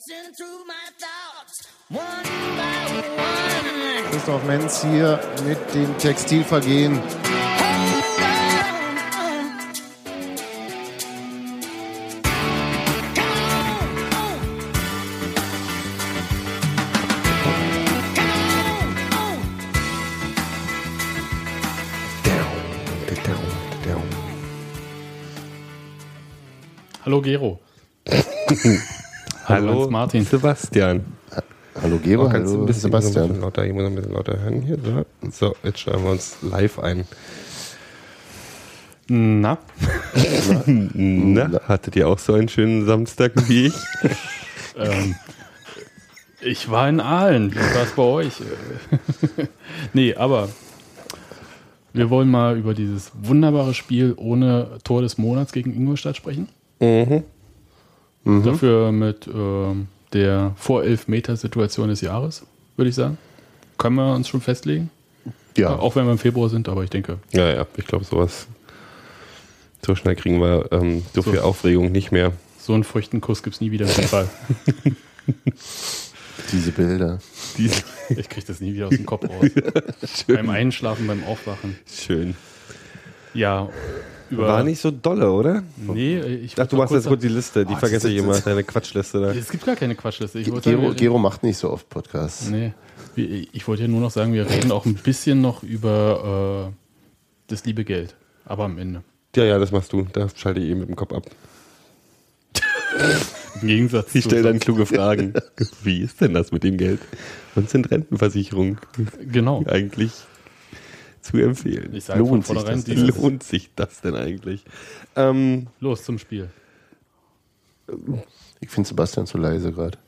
Christoph Menz hier mit dem Textilvergehen. Hallo Gero. Hallo Martin. Sebastian. Hallo Gero, hallo ein bisschen, Sebastian. Ich muss ein bisschen lauter hören hier. So, jetzt schreiben wir uns live ein. Na? Na, hattet ihr auch so einen schönen Samstag wie ich? Ich war in Aalen. Wie war es bei euch? Nee, aber wir wollen mal über dieses wunderbare Spiel ohne Tor des Monats gegen Ingolstadt sprechen. Dafür mit der Vor-11-Meter-Situation des Jahres, würde ich sagen. Können wir uns schon festlegen? Ja. Auch wenn wir im Februar sind, aber ich denke. Ja, ich glaube sowas. So schnell kriegen wir so viel Aufregung nicht mehr. So einen feuchten Kuss gibt es nie wieder im Fall. Diese Bilder. Ich kriege das nie wieder aus dem Kopf raus. Beim Einschlafen, beim Aufwachen. Schön. Ja. War nicht so dolle, oder? Nee, ich dachte, du machst jetzt gut die Liste. Die vergesse ich immer, deine Quatschliste da. Es gibt gar keine Quatschliste. Gero macht nicht so oft Podcasts. Nee. Ich wollte ja nur noch sagen, wir reden auch ein bisschen noch über das liebe Geld. Aber am Ende. Ja, das machst du. Da schalte ich eben mit dem Kopf ab. Im Gegensatz Ich stelle dann kluge Fragen. Wie ist denn das mit dem Geld? Und sind Rentenversicherungen genau eigentlich zu empfehlen? Ich sage von vornherein, lohnt sich das denn eigentlich? Los zum Spiel. Ich finde Sebastian zu leise gerade.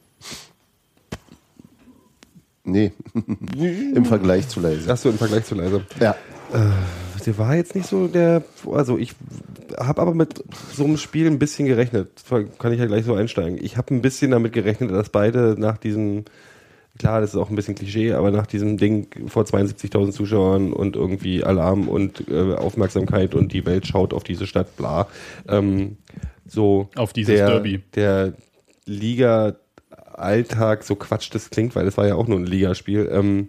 Nee, im Vergleich zu leise. Achso, im Vergleich zu leise. Ja. Der war jetzt nicht so der. Also, ich habe aber mit so einem Spiel ein bisschen gerechnet. Kann ich ja gleich so einsteigen. Ich habe ein bisschen damit gerechnet, dass beide nach diesem. Klar, das ist auch ein bisschen Klischee, aber nach diesem Ding vor 72.000 Zuschauern und irgendwie Alarm und Aufmerksamkeit und die Welt schaut auf diese Stadt, bla. So auf dieses Derby. Der Liga-Alltag, so Quatsch das klingt, weil das war ja auch nur ein Ligaspiel.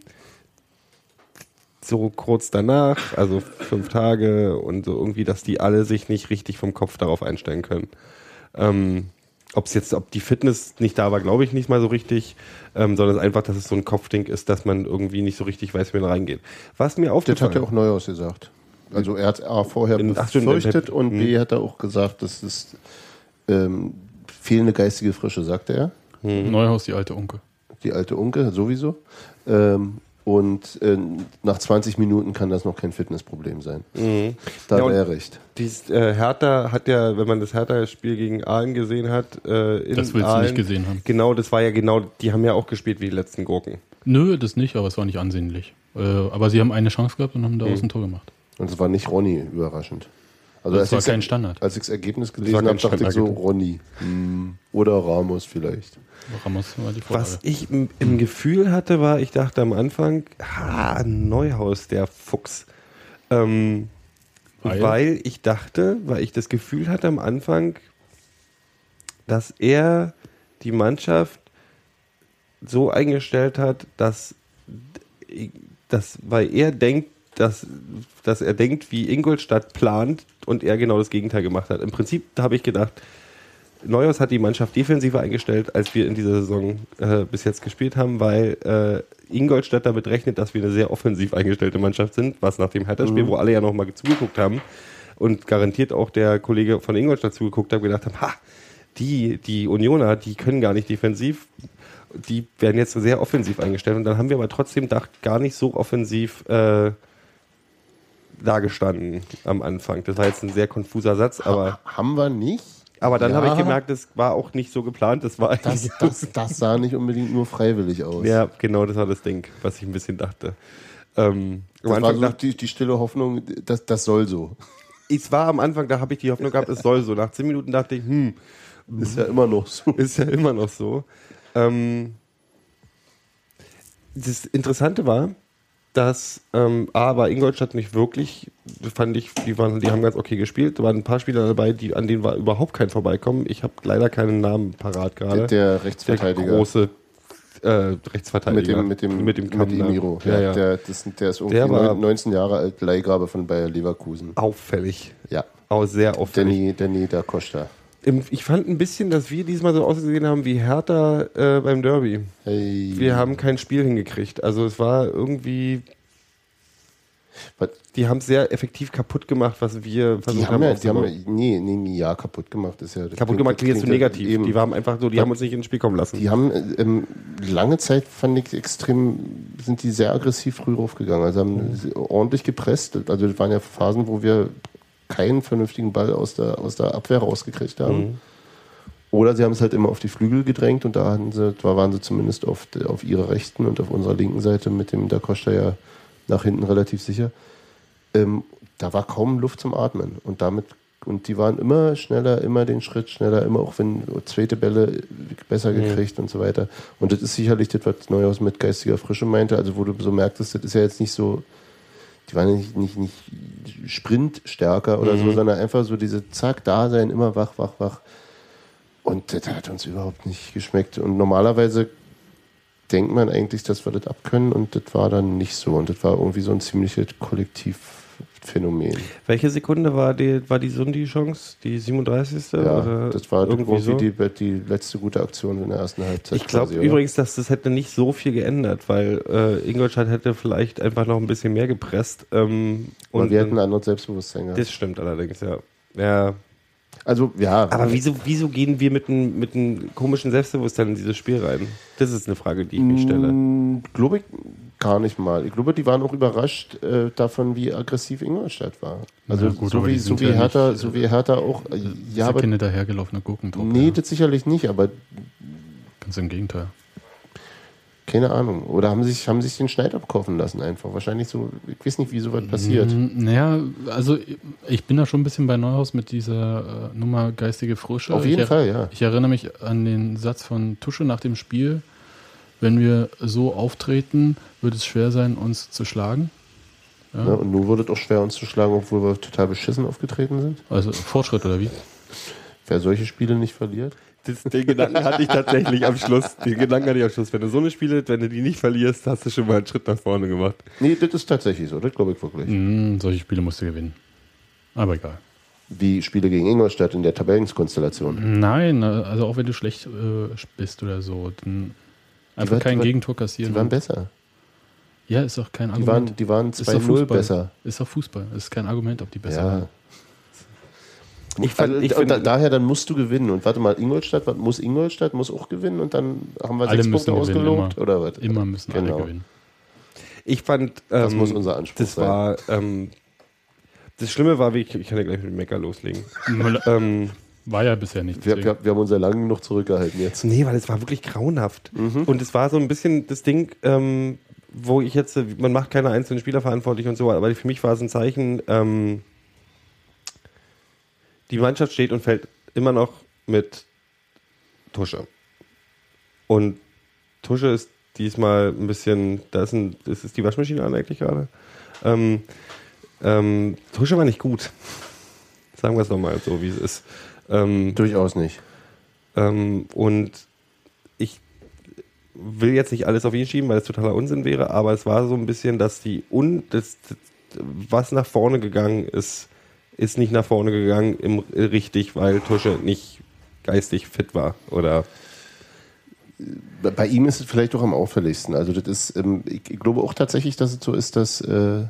So kurz danach, also 5 Tage und so irgendwie, dass die alle sich nicht richtig vom Kopf darauf einstellen können. Ob die Fitness nicht da war, glaube ich nicht mal so richtig, sondern einfach, dass es so ein Kopfding ist, dass man irgendwie nicht so richtig weiß, wie man reingeht. Was mir aufgefallen... Das hat ja auch Neuhaus gesagt. Also er hat A vorher befürchtet und B hat er auch gesagt, das ist fehlende geistige Frische, sagte er. Neuhaus, die alte Unke. Die alte Unke, sowieso. Und nach 20 Minuten kann das noch kein Fitnessproblem sein. Da hat er recht. Hertha hat ja, wenn man das Hertha-Spiel gegen Aalen gesehen hat, das willst du nicht gesehen haben. Genau, das war ja genau, die haben ja auch gespielt wie die letzten Gurken. Nö, das nicht, aber es war nicht ansehnlich. Aber sie haben eine Chance gehabt und haben daraus ein Tor gemacht. Und es war nicht Ronny überraschend. Also das war kein Standard. Als ich das Ergebnis gelesen habe, dachte ich so, Ronny. Oder Ramos vielleicht. Ramos war die Vorlage. Was ich im Gefühl hatte, war, ich dachte am Anfang, Neuhaus, der Fuchs. Weil ich das Gefühl hatte am Anfang, dass er die Mannschaft so eingestellt hat, weil er denkt, dass er denkt, wie Ingolstadt plant und er genau das Gegenteil gemacht hat. Im Prinzip habe ich gedacht, Neuhaus hat die Mannschaft defensiver eingestellt, als wir in dieser Saison bis jetzt gespielt haben, weil Ingolstadt damit rechnet, dass wir eine sehr offensiv eingestellte Mannschaft sind, was nach dem Hertha-Spiel, wo alle ja nochmal zugeguckt haben und garantiert auch der Kollege von Ingolstadt zugeguckt hat, gedacht haben, die Unioner, die können gar nicht defensiv, die werden jetzt sehr offensiv eingestellt und dann haben wir aber trotzdem gar nicht so offensiv dagestanden am Anfang. Das war jetzt ein sehr konfuser Satz, aber... Haben wir nicht? Aber dann habe ich gemerkt, das war auch nicht so geplant. Das sah nicht unbedingt nur freiwillig aus. Ja, genau, das war das Ding, was ich ein bisschen dachte. Das war so die stille Hoffnung, das soll so. Es war am Anfang, da habe ich die Hoffnung gehabt, es soll so. Nach 10 Minuten dachte ich, ist ja immer noch so. Ist ja immer noch so. Das Interessante war, aber Ingolstadt nicht wirklich, fand ich, die haben ganz okay gespielt. Da waren ein paar Spieler dabei, an denen war überhaupt kein Vorbeikommen. Ich habe leider keinen Namen parat gerade. Der Rechtsverteidiger. Der große Rechtsverteidiger. Mit Imiro. Ja. Der ist irgendwie 19 Jahre alt, Leihgabe von Bayer Leverkusen. Auffällig. Ja. Auch sehr auffällig. Danny da Costa. Ich fand ein bisschen, dass wir diesmal so ausgesehen haben wie Hertha beim Derby. Hey. Wir haben kein Spiel hingekriegt. Also es war irgendwie... Die haben es sehr effektiv kaputt gemacht, was wir versucht haben. Kaputt gemacht ist ja... Kaputt gemacht klingt jetzt zu negativ. Eben. Die waren einfach so, die haben uns nicht ins Spiel kommen lassen. Die haben lange Zeit, fand ich, sind die sehr aggressiv früh raufgegangen. Also haben ordentlich gepresst. Also das waren ja Phasen, wo wir keinen vernünftigen Ball aus der Abwehr rausgekriegt haben. Mhm. Oder sie haben es halt immer auf die Flügel gedrängt und da waren sie zumindest auf ihrer rechten und auf unserer linken Seite mit dem Da Costa ja nach hinten relativ sicher. Da war kaum Luft zum Atmen. Und die waren immer schneller, immer den Schritt schneller, immer auch wenn zweite Bälle besser gekriegt und so weiter. Und das ist sicherlich das, was Neuhaus mit geistiger Frische meinte. Also wo du so merktest, das ist ja jetzt nicht so, die waren nicht sprintstärker oder so, sondern einfach so diese Zack, da sein, immer wach. Und das hat uns überhaupt nicht geschmeckt. Und normalerweise denkt man eigentlich, dass wir das abkönnen und das war dann nicht so. Und das war irgendwie so ein ziemliches Kollektivphänomen. Welche Sekunde war die Sundi-Chance? Die 37. Ja, oder das war irgendwie so? die letzte gute Aktion in der ersten Halbzeit. Ich glaube übrigens, dass das hätte nicht so viel geändert, weil Ingolstadt hätte vielleicht einfach noch ein bisschen mehr gepresst. Und wir hätten ein anderes Selbstbewusstsein gehabt. Das stimmt allerdings, ja. Also, ja. Aber wieso gehen wir mit einem komischen Selbstbewusstsein in dieses Spiel rein? Das ist eine Frage, die ich mich stelle. Glaube ich gar nicht mal. Ich glaube, die waren auch überrascht davon, wie aggressiv Ingolstadt war. Also ja, gut, so wie Hertha auch. Ja, aber keine dahergelaufene Gurkentruppe. Nee, das sicherlich nicht, aber ganz im Gegenteil. Keine Ahnung. Oder haben sich den Schneid abkaufen lassen einfach. Wahrscheinlich so, ich weiß nicht, wie sowas passiert. Naja, also ich bin da schon ein bisschen bei Neuhaus mit dieser Nummer geistige Frische. Auf jeden Fall, ja. Ich erinnere mich an den Satz von Tusche nach dem Spiel: Wenn wir so auftreten, wird es schwer sein, uns zu schlagen. Ja. Ja, und nun wurde es auch schwer, uns zu schlagen, obwohl wir total beschissen aufgetreten sind. Also Fortschritt oder wie? Wer solche Spiele nicht verliert. Den Gedanken hatte ich tatsächlich am Schluss. Wenn du so eine Spiele, wenn du die nicht verlierst, hast du schon mal einen Schritt nach vorne gemacht. Nee, das ist tatsächlich so. Das glaube ich wirklich. Solche Spiele musst du gewinnen. Aber egal. Wie Spiele gegen Ingolstadt in der Tabellenkonstellation? Nein, also auch wenn du schlecht bist oder so, dann einfach kein Gegentor kassieren. Die waren besser. Ja, ist auch kein Argument. Die waren 2-0 besser. Ist doch Fußball. Ist kein Argument, ob die besser waren. Daher dann musst du gewinnen. Und warte mal, Ingolstadt muss auch gewinnen und dann haben wir 6 Punkte ausgelobt? Immer. Oder was? Immer müssen alle gewinnen. Ich fand, das muss unser Anspruch sein. Das Schlimme war, ich kann ja gleich mit dem Mecker loslegen. War ja bisher nicht. Wir haben uns ja lange genug zurückgehalten jetzt. Nee, weil es war wirklich grauenhaft. Und es war so ein bisschen das Ding, wo ich jetzt, man macht keine einzelnen Spieler verantwortlich und so, aber für mich war es ein Zeichen, die Mannschaft steht und fällt immer noch mit Tusche. Und Tusche ist diesmal ein bisschen, das ist die Waschmaschine an eigentlich gerade. Tusche war nicht gut. Sagen wir es nochmal so, wie es ist. Durchaus nicht. Und ich will jetzt nicht alles auf ihn schieben, weil es totaler Unsinn wäre, aber es war so ein bisschen, dass was nach vorne gegangen ist nicht nach vorne gegangen richtig, weil Tusche nicht geistig fit war, oder? Bei ihm ist es vielleicht auch am auffälligsten. Also das ist, ich glaube auch tatsächlich, dass es so ist, dass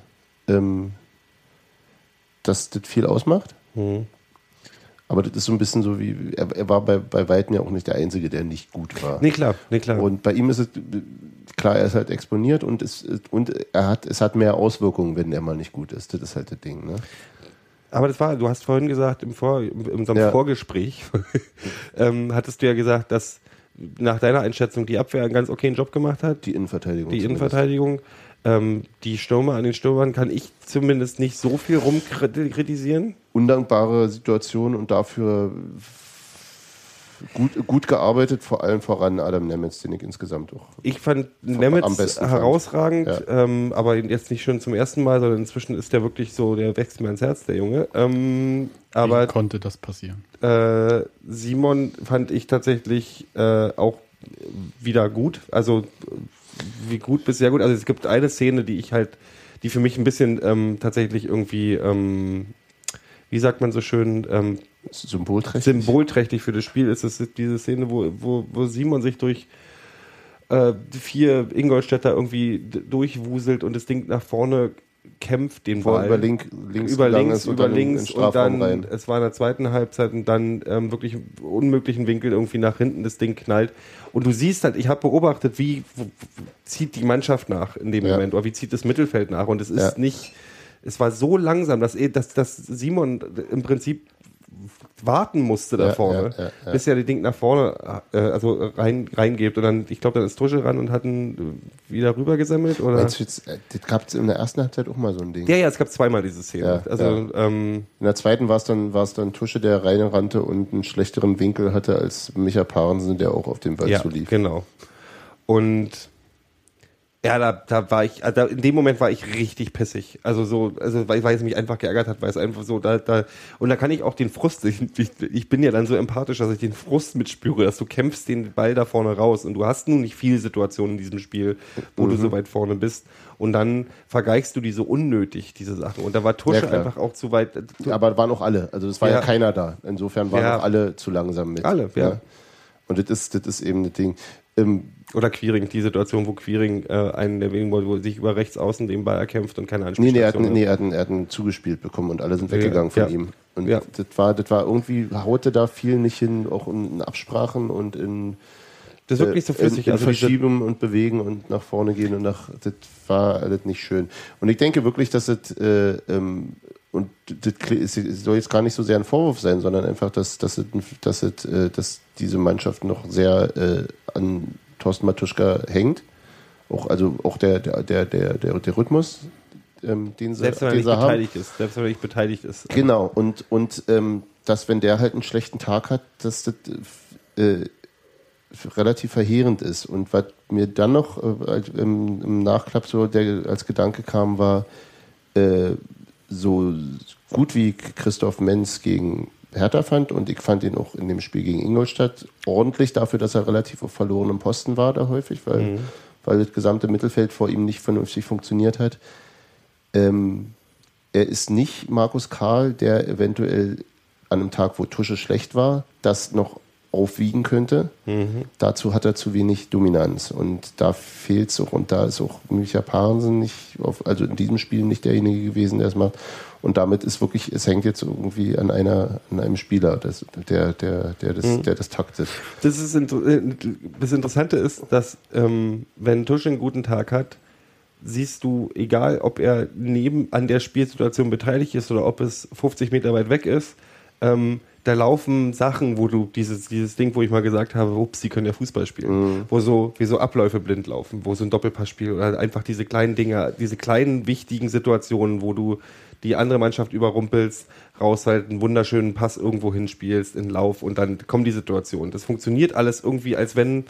das viel ausmacht. Aber das ist so ein bisschen so wie, er war bei Weitem ja auch nicht der Einzige, der nicht gut war. Nee, klar. Und bei ihm ist es, klar, er ist halt exponiert und es hat mehr Auswirkungen, wenn er mal nicht gut ist. Das ist halt das Ding, ne? Aber du hast vorhin gesagt, in unserem Vorgespräch, hattest du ja gesagt, dass nach deiner Einschätzung die Abwehr einen ganz okayen Job gemacht hat. Die Innenverteidigung. Die Stürmer an den Stürmern kann ich zumindest nicht so viel rumkritisieren. Undankbare Situation und dafür gut gearbeitet, vor allem voran Adam Nemetz, den ich insgesamt auch. Ich fand Nemetz herausragend, ja. Aber jetzt nicht schon zum ersten Mal, sondern inzwischen ist der wirklich so, der wächst mir ans Herz, der Junge. Aber wie konnte das passieren? Simon fand ich tatsächlich auch wieder gut, also wie gut bis sehr gut. Also es gibt eine Szene, die für mich ein bisschen tatsächlich irgendwie, wie sagt man so schön, symbolträchtig für das Spiel ist. Es ist diese Szene, wo Simon sich durch 4 Ingolstädter irgendwie durchwuselt und das Ding nach vorne kämpft, den Ball. Über links und dann, rein. Es war in der zweiten Halbzeit und dann wirklich im unmöglichen Winkel irgendwie nach hinten das Ding knallt. Und du siehst halt, ich habe beobachtet, wie zieht die Mannschaft nach in dem Moment oder wie zieht das Mittelfeld nach und es ist nicht, es war so langsam, dass Simon im Prinzip warten musste da vorne, bis er das Ding nach vorne reingebt und dann, ich glaube, dann ist Tusche ran und hat ihn wieder rübergesammelt, oder? Meinst du jetzt, das gab es in der ersten Halbzeit auch mal so ein Ding? Ja, es gab zweimal diese Szene. In der zweiten war es dann Tusche, der reinrannte und einen schlechteren Winkel hatte als Micha Parensen, der auch auf dem Ball zulief. Genau. Und ja, da war ich, in dem Moment war ich richtig pissig. Weil es mich einfach geärgert hat, weil es einfach so, und da kann ich auch den Frust, ich bin ja dann so empathisch, dass ich den Frust mitspüre, dass du kämpfst den Ball da vorne raus und du hast nun nicht viele Situationen in diesem Spiel, wo du so weit vorne bist und dann vergleichst du die so unnötig, diese Sachen. Und da war Tusche einfach auch zu weit. Aber waren auch alle, also es war ja keiner da. Insofern waren auch alle zu langsam mit. Alle, ja. Und das ist eben das Ding. Oder Quiring, die Situation, wo Quiring einen der wenigen, wo sich über rechts außen den Ball erkämpft und keine Anspielstation. Er hat einen zugespielt bekommen und alle sind weggegangen von ihm. Und das war irgendwie, haute da viel nicht hin, auch in Absprachen und in das ist wirklich so flüssig. In Verschieben und Bewegen und nach vorne gehen und das war alles nicht schön. Und ich denke wirklich, dass das und das soll jetzt gar nicht so sehr ein Vorwurf sein, sondern einfach, dass diese Mannschaft noch sehr an Thorsten Matuschka hängt. Auch der Rhythmus, den sie selbst wenn er nicht beteiligt ist. Genau, und dass, wenn der halt einen schlechten Tag hat, dass das relativ verheerend ist. Und was mir dann noch im Nachklapp so als Gedanke kam, war, so gut wie Christoph Menz gegen Hertha fand, und ich fand ihn auch in dem Spiel gegen Ingolstadt ordentlich dafür, dass er relativ auf verlorenem Posten war da häufig, weil das gesamte Mittelfeld vor ihm nicht vernünftig funktioniert hat. Er ist nicht Markus Karl, der eventuell an einem Tag, wo Tusche schlecht war, das noch aufwiegen könnte. Dazu hat er zu wenig Dominanz und da fehlt es auch, und da ist auch Micha Parensen also in diesem Spiel nicht derjenige gewesen, der es macht, und damit ist wirklich, es hängt jetzt irgendwie an einem Spieler, der das taktet. Das Interessante ist, dass wenn Tusche einen guten Tag hat, siehst du, egal ob er an der Spielsituation beteiligt ist oder ob es 50 Meter weit weg ist, da laufen Sachen, wo du dieses Ding, wo ich mal gesagt habe, ups, die können ja Fußball spielen, wo so Abläufe blind laufen, wo so ein Doppelpassspiel oder einfach diese kleinen Dinger, diese kleinen wichtigen Situationen, wo du die andere Mannschaft überrumpelst, raus halt einen wunderschönen Pass irgendwo hinspielst in Lauf und dann kommt die Situation. Das funktioniert alles irgendwie, wie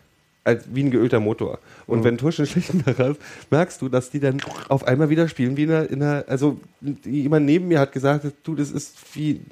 ein geölter Motor. Und wenn Tusche einen schlechten Tag hat, merkst du, dass die dann auf einmal wieder spielen wie also jemand neben mir hat gesagt, das ist wie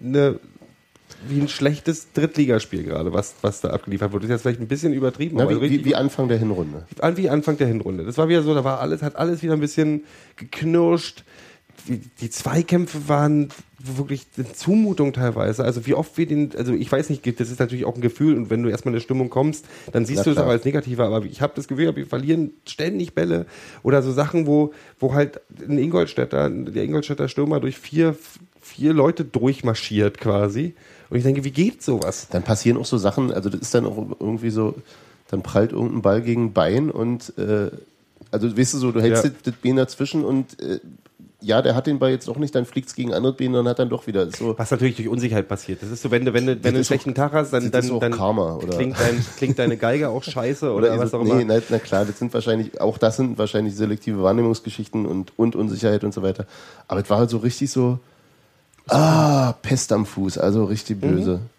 ein schlechtes Drittligaspiel gerade, was da abgeliefert wurde. Das ist jetzt vielleicht ein bisschen übertrieben. Wie Anfang der Hinrunde. Wie Anfang der Hinrunde. Das war wieder so, hat alles wieder ein bisschen geknirscht. Die Zweikämpfe waren wirklich eine Zumutung teilweise. Also wie oft ich weiß nicht, das ist natürlich auch ein Gefühl, und wenn du erstmal in eine Stimmung kommst, dann siehst du es auch als negativer, aber ich habe das Gefühl, wir verlieren ständig Bälle oder so Sachen, wo halt der Ingolstädter Stürmer durch vier Leute durchmarschiert quasi. Und ich denke, wie geht sowas? Dann passieren auch so Sachen, also das ist dann auch irgendwie so, dann prallt irgendein Ball gegen ein Bein und also weißt du so, du hältst das Bein dazwischen und der hat den Ball jetzt auch nicht, dann fliegt es gegen andere Beine und hat dann doch wieder so. Was natürlich durch Unsicherheit passiert. Das ist so, wenn du einen schlechten Tag hast, dann Karma, oder? Klingt deine Geige auch scheiße oder was auch immer. Nee, na klar, das sind wahrscheinlich selektive Wahrnehmungsgeschichten und Unsicherheit und so weiter. Aber es war halt so richtig so, Pest am Fuß, also richtig böse.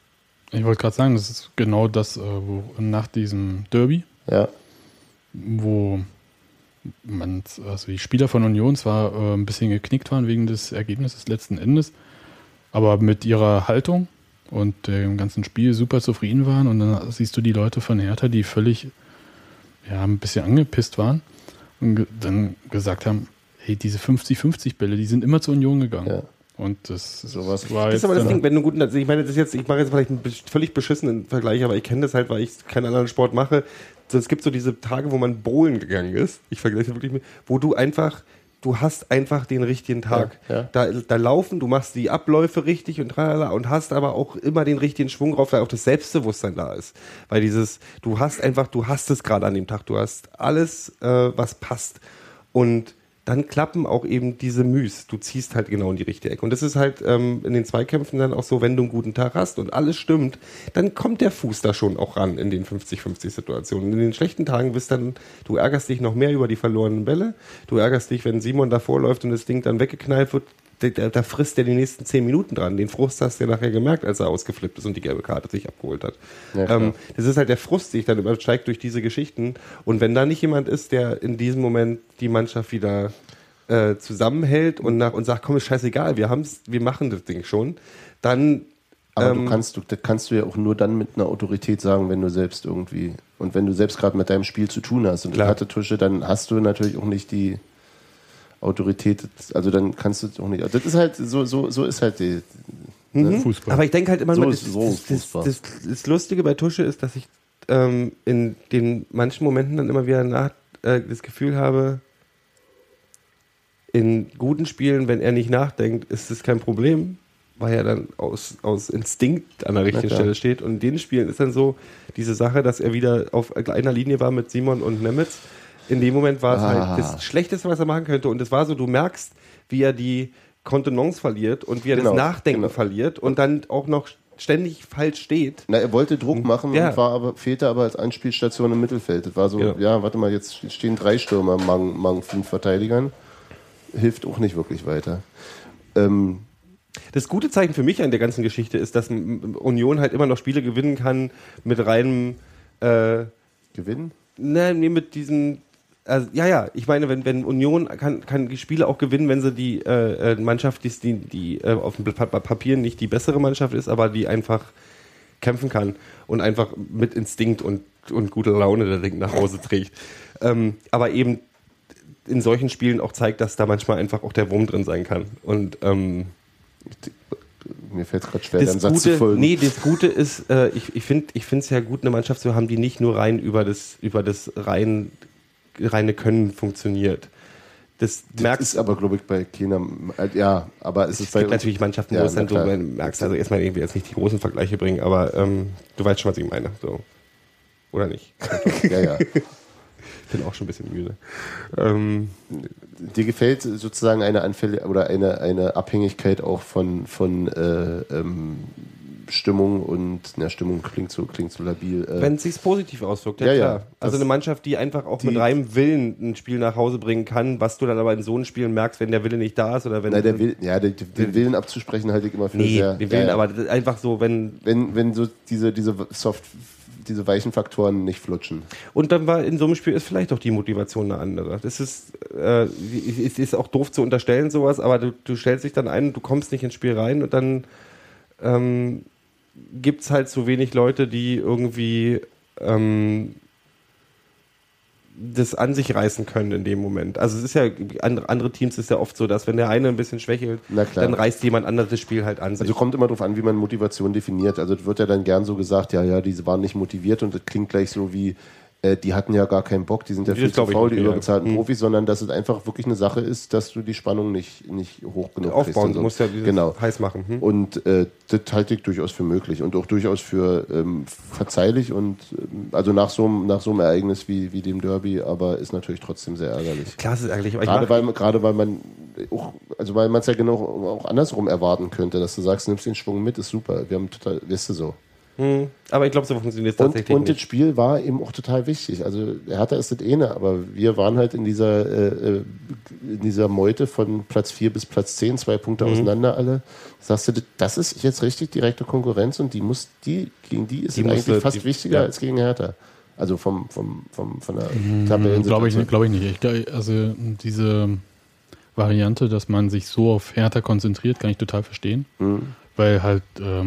Ich wollte gerade sagen, das ist genau das, wo nach diesem Derby, Ja, wo also die Spieler von Union zwar ein bisschen geknickt waren wegen des Ergebnisses letzten Endes, aber mit ihrer Haltung und dem ganzen Spiel super zufrieden waren. Und dann siehst du die Leute von Hertha, die völlig ein bisschen angepisst waren und dann gesagt haben, hey, diese 50-50 Bälle, die sind immer zur Union gegangen. ja. Und das Sowas. war Das jetzt ist aber das dann, Ding, wenn du guten, also ich meine, ich mache jetzt vielleicht einen völlig beschissenen Vergleich, aber ich kenne das halt, weil ich keinen anderen Sport mache. Es gibt so diese Tage, wo man bowlen gegangen ist. Ich vergleiche wirklich mit, wo du hast einfach den richtigen Tag. Ja. Da laufen, du machst die Abläufe richtig und tralala und hast aber auch immer den richtigen Schwung drauf, weil auch das Selbstbewusstsein da ist. Weil du hast es gerade an dem Tag, du hast alles, was passt. Und dann klappen auch eben diese Müs. Du ziehst halt genau in die richtige Ecke. Und das ist halt in den Zweikämpfen dann auch so, wenn du einen guten Tag hast und alles stimmt, dann kommt der Fuß da schon auch ran in den 50-50-Situationen. In den schlechten Tagen du ärgerst dich noch mehr über die verlorenen Bälle. Du ärgerst dich, wenn Simon davor läuft und das Ding dann weggeknallt wird. Da frisst er die nächsten 10 Minuten dran. Den Frust hast du ja nachher gemerkt, als er ausgeflippt ist und die gelbe Karte sich abgeholt hat. Ja, das ist halt der Frust, sich dann übersteigt durch diese Geschichten. Und wenn da nicht jemand ist, der in diesem Moment die Mannschaft wieder zusammenhält und sagt, komm, ist scheißegal, wir machen das Ding schon, dann... Aber das kannst du ja auch nur dann mit einer Autorität sagen, wenn du selbst irgendwie, und wenn du selbst gerade mit deinem Spiel zu tun hast und Klar. das hatte Tusche, dann hast du natürlich auch nicht die Autorität, also dann kannst du auch nicht. Das ist halt, so ist halt die. Fußball. Aber ich denke halt immer So nur, ist Fußball. das Lustige bei Tusche ist, dass ich in den manchen Momenten dann immer wieder das Gefühl habe, in guten Spielen, wenn er nicht nachdenkt, ist das kein Problem, weil er dann aus Instinkt an der richtigen Stelle steht. Und in den Spielen ist dann so diese Sache, dass er wieder auf einer Linie war mit Simon und Nemitz. In dem Moment war es halt das Schlechteste, was er machen könnte. Und es war so, du merkst, wie er die Kontenance verliert und wie er das Nachdenken verliert und dann auch noch ständig falsch steht. Na, er wollte Druck machen und fehlte aber als Anspielstation im Mittelfeld. Das war so, warte mal, jetzt stehen 3 Stürmer, Mang 5 Verteidigern. Hilft auch nicht wirklich weiter. Das gute Zeichen für mich an der ganzen Geschichte ist, dass Union halt immer noch Spiele gewinnen kann mit reinem Gewinnen? Mit diesem ich meine, wenn Union kann die Spiele auch gewinnen, wenn sie die Mannschaft ist, die auf dem Papier nicht die bessere Mannschaft ist, aber die einfach kämpfen kann und einfach mit Instinkt und guter Laune der Ding nach Hause trägt. Aber eben in solchen Spielen auch zeigt, dass da manchmal einfach auch der Wurm drin sein kann. Und mir fällt es gerade schwer, den Satz zu folgen. Nee, das Gute ist, ich finde es ja gut, eine Mannschaft zu haben, die nicht nur rein über das reine Können funktioniert. Das ist aber, glaube ich, bei keiner, aber es ist gibt natürlich Mannschaften, wo es dann so, man merkst, also erstmal irgendwie jetzt nicht die großen Vergleiche bringen, aber du weißt schon, was ich meine. So. Oder nicht? Ja. Ich bin auch schon ein bisschen müde. Dir gefällt sozusagen eine Anfälle oder eine Abhängigkeit auch von Stimmung und Stimmung klingt so labil. Wenn es sich positiv auswirkt, klar. Ja. Also eine Mannschaft, die einfach auch mit reinem Willen ein Spiel nach Hause bringen kann, was du dann aber in so einem Spiel merkst, wenn der Wille nicht da ist oder wenn... Den Willen abzusprechen halte ich immer für sehr... den Willen, aber einfach so, wenn so diese weichen Faktoren nicht flutschen. Und dann war in so einem Spiel ist vielleicht auch die Motivation eine andere. Das ist, es ist auch doof zu unterstellen, sowas, aber du stellst dich dann ein, du kommst nicht ins Spiel rein und dann gibt es halt so wenig Leute, die irgendwie das an sich reißen können in dem Moment. Also es ist ja, andere Teams ist ja oft so, dass wenn der eine ein bisschen schwächelt, dann reißt jemand anderes das Spiel halt an sich. Also kommt immer darauf an, wie man Motivation definiert. Also es wird ja dann gern so gesagt, diese waren nicht motiviert und das klingt gleich so wie, die hatten ja gar keinen Bock, die sind ja viel zu faul, die überbezahlten Profis, sondern dass es einfach wirklich eine Sache ist, dass du die Spannung nicht hoch genug aufbauen, du musst ja heiß machen. Und das halte ich durchaus für möglich und auch durchaus für verzeihlich und also nach so einem Ereignis wie dem Derby, aber ist natürlich trotzdem sehr ärgerlich. Klar, es ist ärgerlich. Gerade weil man auch, also weil man es ja genau auch andersrum erwarten könnte, dass du sagst, nimmst den Schwung mit, ist super, wir haben total, weißt du so. Aber ich glaube, so funktioniert es tatsächlich und nicht. das Spiel war eben auch total wichtig. Also Hertha ist das eine, aber wir waren halt in dieser Meute von Platz 4 bis Platz 10, 2 Punkte auseinander alle. Sagst du, das ist jetzt richtig direkte Konkurrenz und gegen die ist es eigentlich fast wichtiger als gegen Hertha. Also von der Tabellensituation. Glaube ich nicht. Also diese Variante, dass man sich so auf Hertha konzentriert, kann ich total verstehen. Weil halt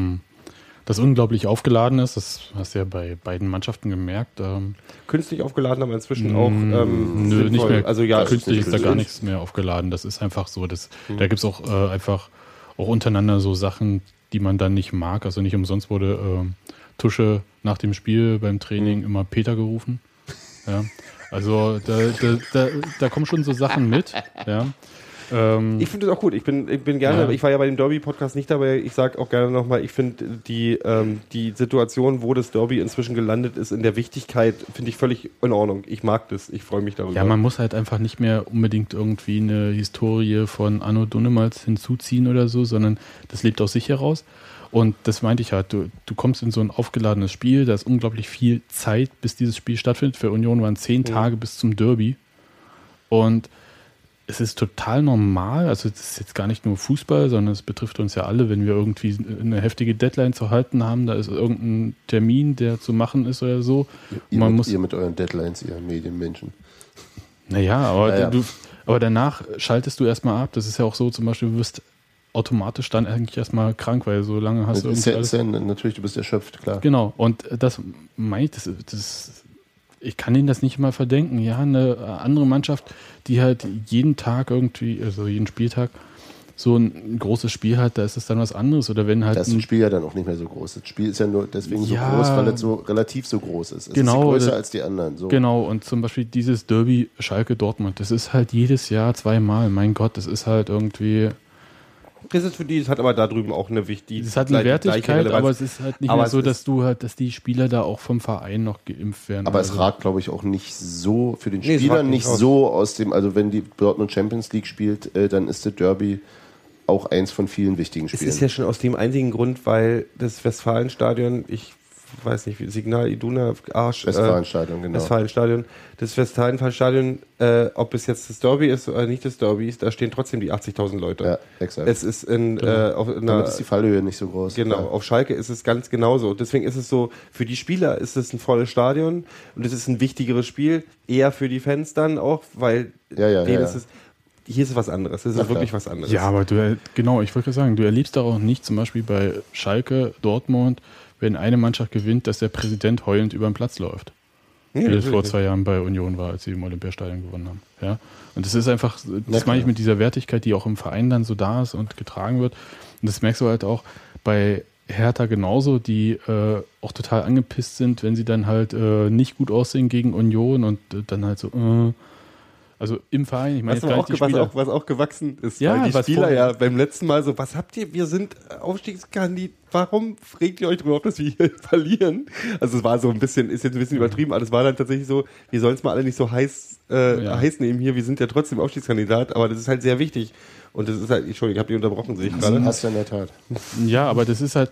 das unglaublich aufgeladen ist. Das hast du ja bei beiden Mannschaften gemerkt. Künstlich aufgeladen, aber inzwischen auch nö, nicht mehr. Also ja, künstlich ist da gar nichts mehr aufgeladen. Das ist einfach so. Da gibt es auch einfach auch untereinander so Sachen, die man dann nicht mag. Also nicht umsonst wurde Tusche nach dem Spiel beim Training immer Peter gerufen. Ja. Also da kommen schon so Sachen mit. Ja. Ich finde das auch gut. Ich bin gerne, ich war ja bei dem Derby-Podcast nicht dabei. Ich sage auch gerne nochmal, ich finde die Situation, wo das Derby inzwischen gelandet ist, in der Wichtigkeit, finde ich völlig in Ordnung. Ich mag das. Ich freue mich darüber. Ja, man muss halt einfach nicht mehr unbedingt irgendwie eine Historie von Anno Dunnemals hinzuziehen oder so, sondern das lebt aus sich heraus. Und das meinte ich halt, du kommst in so ein aufgeladenes Spiel, da ist unglaublich viel Zeit, bis dieses Spiel stattfindet. Für Union waren 10 Tage bis zum Derby. Und es ist total normal, also es ist jetzt gar nicht nur Fußball, sondern es betrifft uns ja alle, wenn wir irgendwie eine heftige Deadline zu halten haben, da ist irgendein Termin, der zu machen ist oder so. Ihr mit euren Deadlines, ihr Medienmenschen. Naja, aber danach schaltest du erstmal ab. Das ist ja auch so, zum Beispiel, du wirst automatisch dann eigentlich erstmal krank, weil so lange hast du irgendwie natürlich, du bist erschöpft, klar. Genau, und das meine ich, ich kann ihnen das nicht mal verdenken. Ja, eine andere Mannschaft, die halt jeden Tag irgendwie, also jeden Spieltag, so ein großes Spiel hat, da ist es dann was anderes. Oder wenn halt. Das ist das Spiel ja dann auch nicht mehr so groß. Das Spiel ist ja nur deswegen so groß, weil es so relativ so groß ist. Es ist größer als die anderen. So. Genau, und zum Beispiel dieses Derby Schalke-Dortmund, das ist halt jedes Jahr zweimal. Mein Gott, das ist halt irgendwie. Das ist für die, das hat aber da drüben auch eine wichtige. Es hat eine Wertigkeit, aber es ist halt nicht mehr so, dass dass die Spieler da auch vom Verein noch geimpft werden. Aber es ragt, glaube ich, auch nicht so für den Spieler nicht so aus dem, also wenn die Dortmund Champions League spielt, dann ist das Derby auch eins von vielen wichtigen Spielen. Es ist ja schon aus dem einzigen Grund, weil das Westfalenstadion, ich weiß nicht, wie Signal Iduna Arsch. Westfalenstadion, genau. Westfalenstadion. Das Westfalenstadion, ob es jetzt das Derby ist oder nicht das Derby ist, da stehen trotzdem die 80.000 Leute. Ja, exakt. Es ist damit ist die Fallhöhe nicht so groß. Genau, klar. Auf Schalke ist es ganz genauso. Deswegen ist es so, für die Spieler ist es ein volles Stadion und es ist ein wichtigeres Spiel, eher für die Fans dann auch, weil ist es. Hier ist es was anderes. Das ist wirklich was anderes. Ja, aber ich wollte gerade sagen, du erlebst doch auch nicht, zum Beispiel bei Schalke, Dortmund, wenn eine Mannschaft gewinnt, dass der Präsident heulend über den Platz läuft. Wie das vor 2 Jahren bei Union war, als sie im Olympiastadion gewonnen haben. Ja? Und das ist einfach, das meine ich mit dieser Wertigkeit, die auch im Verein dann so da ist und getragen wird. Und das merkst du halt auch bei Hertha genauso, die auch total angepisst sind, wenn sie dann halt nicht gut aussehen gegen Union und dann halt so, also im Verein, ich meine jetzt gar nicht die Spieler. Was auch gewachsen ist, ja, weil die Spieler ja beim letzten Mal so, was habt ihr, wir sind Aufstiegskandidat, warum regt ihr euch drüber auf, dass wir hier verlieren? Also es war so ein bisschen, ist jetzt ein bisschen übertrieben, aber es war dann tatsächlich so, wir sollen es mal alle nicht so heiß nehmen hier, wir sind ja trotzdem Aufstiegskandidat, aber das ist halt sehr wichtig. Und das ist halt, Entschuldigung, ich habe die unterbrochen, sehe ich gerade. Hast du in der Tat. Ja, aber das ist halt,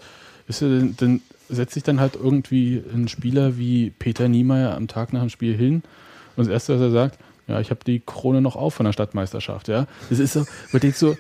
dann setzt sich dann halt irgendwie ein Spieler wie Peter Niemeyer am Tag nach dem Spiel hin und das Erste, was er sagt, ja, ich habe die Krone noch auf von der Stadtmeisterschaft, ja. Das ist so, man denkt so,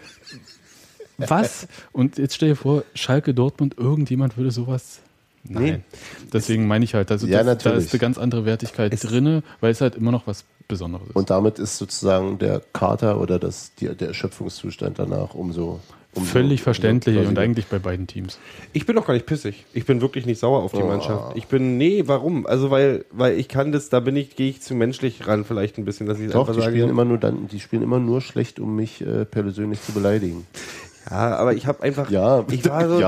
was? Und jetzt stell dir vor, Schalke, Dortmund, irgendjemand würde sowas. Nein. Nee. Deswegen meine ich halt, also da ist eine ganz andere Wertigkeit drin, weil es halt immer noch was Besonderes ist. Und damit ist sozusagen der Kater oder der Erschöpfungszustand danach umso völlig verständlich und eigentlich bei beiden Teams. Ich bin doch gar nicht pissig. Ich bin wirklich nicht sauer auf die Mannschaft. Warum? Also weil ich kann das, gehe ich zu menschlich ran vielleicht ein bisschen, dass ich einfach sage. Die spielen immer nur schlecht, um mich persönlich zu beleidigen. Ja, aber ich habe einfach, ich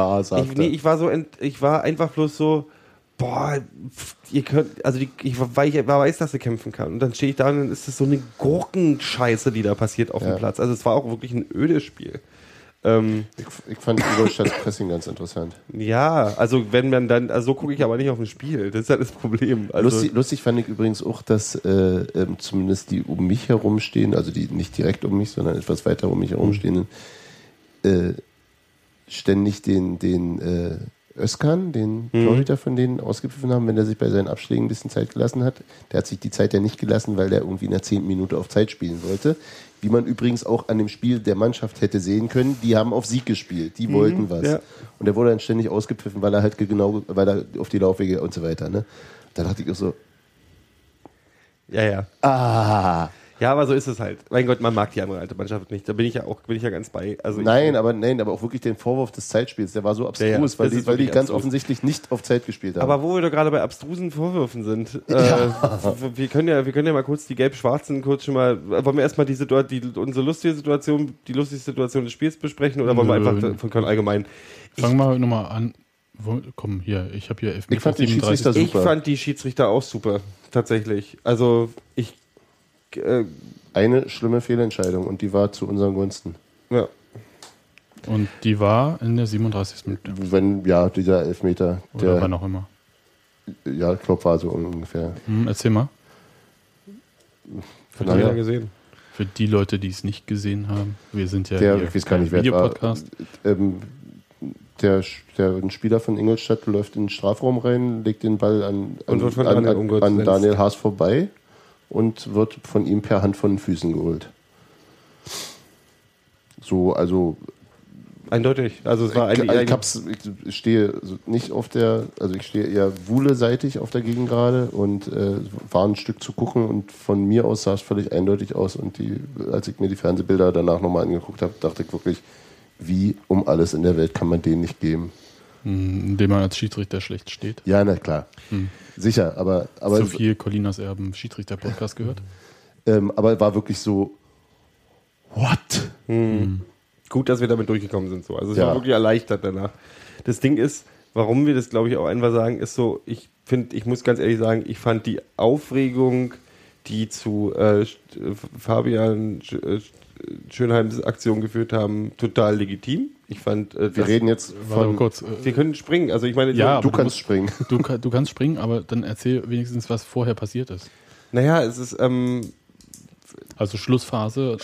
war einfach bloß so, boah, ihr könnt, also ich weiß, dass sie kämpfen kann. Und dann stehe ich da und dann ist das so eine Gurkenscheiße, die da passiert auf dem Platz. Also es war auch wirklich ein ödes Spiel. Ich fand Ingolstadts Pressing ganz interessant. Ja, also wenn man dann, also so gucke ich aber nicht auf ein Spiel, das ist halt das Problem. Also lustig fand ich übrigens auch, dass zumindest die um mich herumstehen, also die nicht direkt um mich, sondern etwas weiter um mich herumstehenden, ständig den Özkan, den Torhüter von denen, ausgepfiffen haben, wenn er sich bei seinen Abschlägen ein bisschen Zeit gelassen hat. Der hat sich die Zeit ja nicht gelassen, weil der irgendwie in der 10. Minute auf Zeit spielen wollte. Wie man übrigens auch an dem Spiel der Mannschaft hätte sehen können, die haben auf Sieg gespielt, die wollten was. Ja. Und der wurde dann ständig ausgepfiffen, weil er halt weil er auf die Laufwege und so weiter. Ne? Da dachte ich auch so, Ja. Ja, aber so ist es halt. Mein Gott, man mag die andere alte Mannschaft nicht. Da bin ich ja ganz bei. Also Nein, aber auch wirklich den Vorwurf des Zeitspiels, der war so abstrus, Ja, weil das ist die wirklich ganz abstrus. offensichtlich nicht auf Zeit gespielt haben. Aber wo wir doch gerade bei abstrusen Vorwürfen sind, wir können ja mal kurz die Gelb-Schwarzen wollen wir erstmal unsere lustige Situation, die lustige Situation des Spiels besprechen oder wollen wir einfach von Köln allgemein? Fangen wir nochmal an. Komm, hier, ich habe hier Elfmeter. Ich fand die Schiedsrichter Ich super. fand die Schiedsrichter auch super, tatsächlich. Also Eine schlimme Fehlentscheidung und die war zu unseren Gunsten. ja. Und die war in der 37. Minute. Wenn, ja, dieser Elfmeter, Oder wann auch immer. ja, ich glaube, war so ungefähr. Erzähl mal. Hat Naja. jeder gesehen. Für die Leute, die es nicht gesehen haben. Wir sind ja Der, hier ich weiß gar nicht, kein wer es war. Videopodcast. Ein Spieler von Ingolstadt läuft in den Strafraum rein, legt den Ball an wird von Daniel umgesetzt. Daniel Haas vorbei und wird von ihm per Hand von den Füßen geholt. So, also Eindeutig. Also es war ich stehe nicht auf ich stehe eher wuhleseitig auf der Gegengrade und war ein Stück zu gucken und von mir aus sah es völlig eindeutig aus und als ich mir die Fernsehbilder danach nochmal angeguckt habe, dachte ich wirklich, wie um alles in der Welt kann man den nicht geben? Indem man als Schiedsrichter schlecht steht. Ja, na klar. Sicher, aber Zu viel Colinas Erben Schiedsrichter-Podcast gehört. aber war wirklich so what? gut, dass wir damit durchgekommen sind. So. Also es Ja. war wirklich erleichtert danach. Das Ding ist, warum wir das, glaube ich, auch einfach sagen, ist so, ich muss ganz ehrlich sagen, ich fand die Aufregung, die zu Fabian Schönheims Aktion geführt haben, total legitim. Ich fand, Wir reden jetzt Warte mal von kurz. wir können springen. Also ich meine, Ja, du aber kannst springen. Du kannst springen, aber dann erzähl wenigstens, was vorher passiert ist. naja, es ist Also Schlussphase.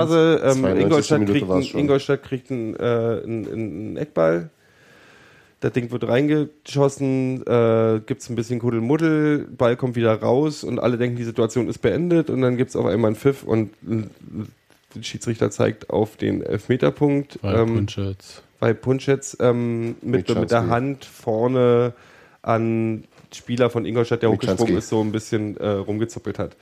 92. Minute war's schon. Ingolstadt kriegt einen Eckball. Das Ding wird reingeschossen, gibt es ein bisschen Kuddelmuddel, Ball kommt wieder raus und alle denken, die Situation ist beendet und dann gibt es auf einmal einen Pfiff und der Schiedsrichter zeigt auf den Elfmeterpunkt. Weil Punschetz mit der Hand vorne an Spieler von Ingolstadt, der hochgesprungen ist, so ein bisschen rumgezuppelt hat.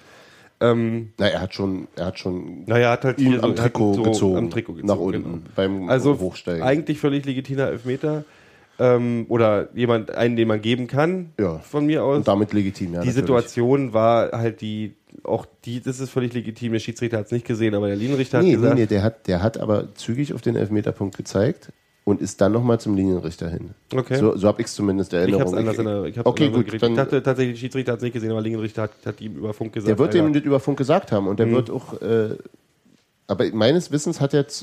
Er hat schon Naja, hat halt ihn hier am Trikot gezogen, am Trikot gezogen, nach unten genau. beim Also Hochsteigen. eigentlich völlig legitimer Elfmeter oder einen, den man geben kann, Ja. von mir aus. Und damit legitim, ja. Die natürlich. Situation war halt das ist völlig legitim. Der Schiedsrichter hat es nicht gesehen, aber der Linienrichter hat gesagt, Nee, der hat aber zügig auf den Elfmeterpunkt gezeigt und ist dann nochmal zum Linienrichter hin. Okay. So habe ich es zumindest in ich Erinnerung. habe es anders Okay, gut, gekriegt. dann- Ich dachte tatsächlich, der Schiedsrichter hat es nicht gesehen, aber der Linienrichter hat ihm über Funk gesagt. Der wird Alter, dem nicht über Funk gesagt haben und der wird auch, aber meines Wissens hat er,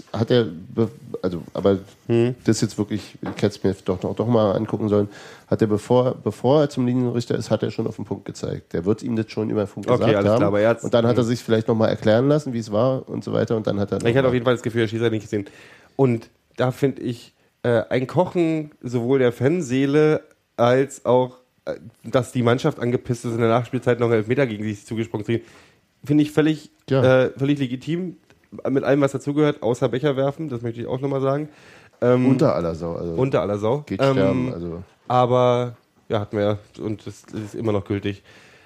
aber das ist jetzt wirklich, ich hätte es mir doch mal angucken sollen, hat er, bevor er zum Linienrichter ist, hat er schon auf den Punkt gezeigt. Der wird ihm das schon über Funk Okay, gesagt alles haben. klar, aber er hat's- und dann hat er sich vielleicht nochmal erklären lassen, wie es war und so weiter und dann hat er Ich hatte auf jeden Fall das Gefühl, der Schiedsrichter hat nicht gesehen. Und da finde ich ein Kochen sowohl der Fanseele als auch, dass die Mannschaft angepisst ist, in der Nachspielzeit noch einen Elfmeter gegen sich zugesprungen zu kriegen, finde ich völlig legitim. Mit allem, was dazugehört, außer Becher werfen, das möchte ich auch nochmal sagen. unter aller Sau. Also Unter aller Sau. geht sterben. Also. Aber, ja, hatten wir ja, und das ist immer noch gültig.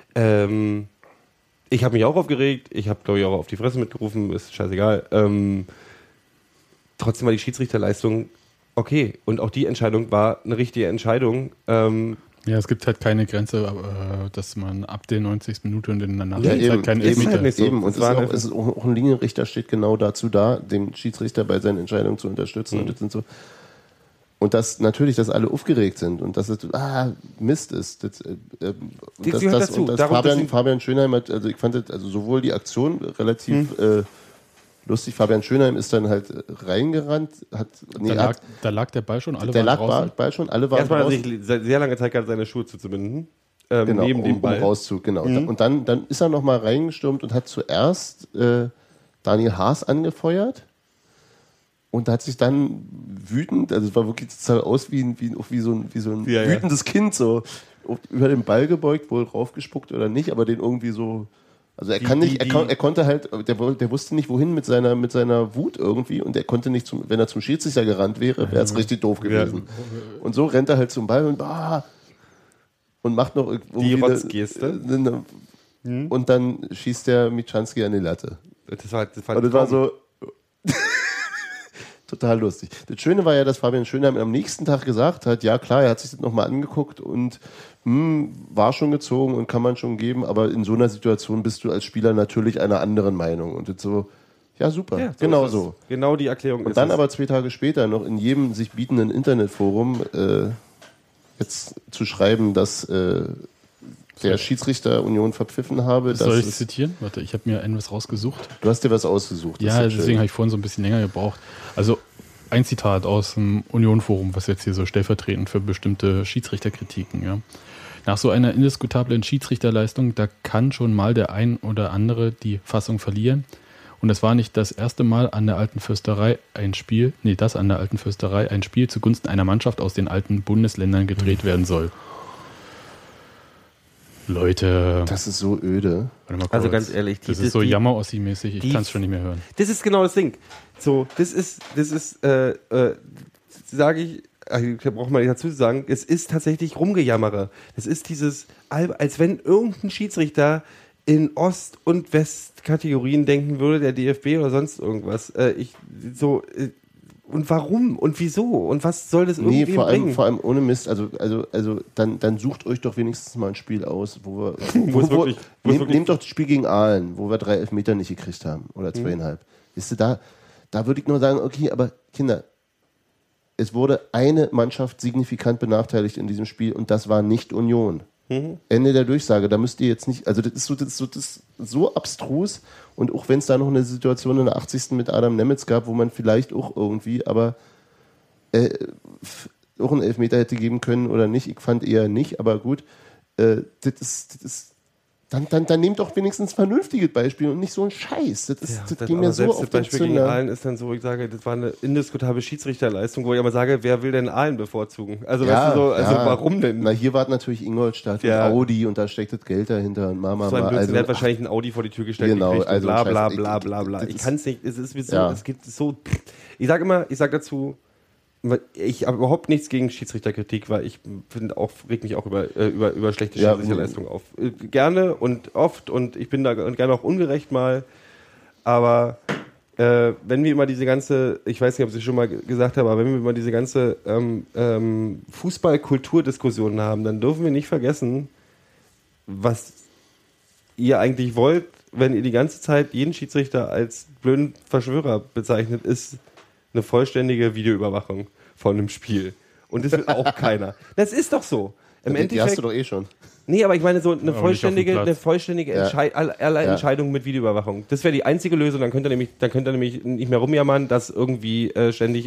Ich habe mich auch aufgeregt, ich habe, glaube ich, auch auf die Fresse mitgerufen, ist scheißegal. Trotzdem war die Schiedsrichterleistung okay. Und auch die Entscheidung war eine richtige Entscheidung. Ja, es gibt halt keine Grenze, dass man ab der 90. Minute und in der Ja, Nachspielzeit keinen ist Elfmeter. halt nicht so. Eben, und Es war es ist auch ein Linienrichter steht genau dazu da, den Schiedsrichter bei seinen Entscheidungen zu unterstützen. Und das sind so. Und dass natürlich, dass alle aufgeregt sind und dass es Mist ist. Das gehört dazu. Und dass Darum, Fabian Schönheim hat, also ich fand das, also sowohl die Aktion relativ lustig. Fabian Schönheim ist dann halt reingerannt, Da lag der Ball schon, alle der waren lag draußen. Ball schon, alle waren erstmal hat er draußen. sich sehr lange Zeit gehabt, seine Schuhe zuzubinden. Genau, Neben dem Ball. Genau. Und dann ist er nochmal reingestürmt und hat zuerst Daniel Haas angefeuert. Und hat sich dann wütend, also es war wirklich total aus wie so ein wütendes Kind, so über den Ball gebeugt, wohl raufgespuckt oder nicht, aber den irgendwie so. Also er konnte halt, der wusste nicht wohin mit seiner Wut irgendwie und er konnte nicht wenn er zum Schiedsrichter gerannt wäre es richtig doof gewesen. Und so rennt er halt zum Ball und macht noch irgendwie die Rotzgeste. Und dann schießt der Michanski an die Latte. Das war so total lustig. Das Schöne war ja, dass Fabian Schönheim am nächsten Tag gesagt hat, ja klar, er hat sich das nochmal angeguckt und war schon gezogen und kann man schon geben, aber in so einer Situation bist du als Spieler natürlich einer anderen Meinung. Und das so, ja super, ja, genau so. Genau die Erklärung. Und dann aber 2 Tage später noch in jedem sich bietenden Internetforum jetzt zu schreiben, dass der Schiedsrichter Union verpfiffen habe. Soll ich zitieren? Warte, ich habe mir etwas rausgesucht. Du hast dir was ausgesucht. Ja, deswegen habe ich vorhin so ein bisschen länger gebraucht. Also ein Zitat aus dem Union-Forum, was jetzt hier so stellvertretend für bestimmte Schiedsrichterkritiken. Ja. Nach so einer indiskutablen Schiedsrichterleistung, da kann schon mal der ein oder andere die Fassung verlieren. Und es war nicht das erste Mal an der Alten Fürsterei ein Spiel zugunsten einer Mannschaft aus den alten Bundesländern gedreht werden soll. Leute. Das ist so öde. Warte mal kurz. Also ganz ehrlich. Das ist so Jammer-Ossi-mäßig, ich kann es schon nicht mehr hören. Das ist genau das Ding. So, das ist sage ich, da braucht man nicht dazu zu sagen, es ist tatsächlich Rumgejammere. Es ist dieses, als wenn irgendein Schiedsrichter in Ost- und West-Kategorien denken würde, der DFB oder sonst irgendwas. Und warum? Und wieso? Und was soll das irgendwie bringen? Vor allem ohne Mist. Also dann sucht euch doch wenigstens mal ein Spiel aus, nehmt doch das Spiel gegen Aalen, wo wir 3 Elfmeter nicht gekriegt haben. Oder 2,5. Wisst ihr, da würde ich nur sagen, okay, aber Kinder, es wurde eine Mannschaft signifikant benachteiligt in diesem Spiel und das war nicht Union. Ende der Durchsage. Da müsst ihr jetzt nicht, also das ist so abstrus und auch wenn es da noch eine Situation in der 80. mit Adam Nemitz gab, wo man vielleicht auch irgendwie, aber auch einen Elfmeter hätte geben können oder nicht. Ich fand eher nicht, aber gut. Dann nehmt doch wenigstens ein vernünftiges Beispiel und nicht so ein Scheiß. Das ging mir so auf den Beispiel gegen Aalen ist dann so, ich sage, das war eine indiskutable Schiedsrichterleistung, wo ich aber sage, wer will denn Aalen bevorzugen? Also, weißt du so, warum denn? Na, hier war natürlich Ingolstadt und Audi und da steckt das Geld dahinter und Mama. So ein Blödsinn, der hat wahrscheinlich ein Audi vor die Tür gestellt. Genau, also bla bla bla bla bla. Ich kann es nicht, es ist wie so, es gibt so. Ich sage dazu, ich habe überhaupt nichts gegen Schiedsrichterkritik, weil ich reg mich auch über schlechte Schiedsrichterleistungen auf. Gerne und oft und ich bin da gerne auch ungerecht mal. Aber wenn wir immer diese ganze, ich weiß nicht, ob ich es schon mal gesagt habe, aber wenn wir immer diese ganze Fußball-Kultur-Diskussion haben, dann dürfen wir nicht vergessen, was ihr eigentlich wollt, wenn ihr die ganze Zeit jeden Schiedsrichter als blöden Verschwörer bezeichnet, ist eine vollständige Videoüberwachung von einem Spiel. Und das will auch keiner. Das ist doch so. Im Endeffekt, die hast du doch eh schon. Nee, aber ich meine so eine vollständige Entscheidung mit Videoüberwachung. Das wäre die einzige Lösung. Dann könnt ihr nämlich nicht mehr rumjammern, dass irgendwie ständig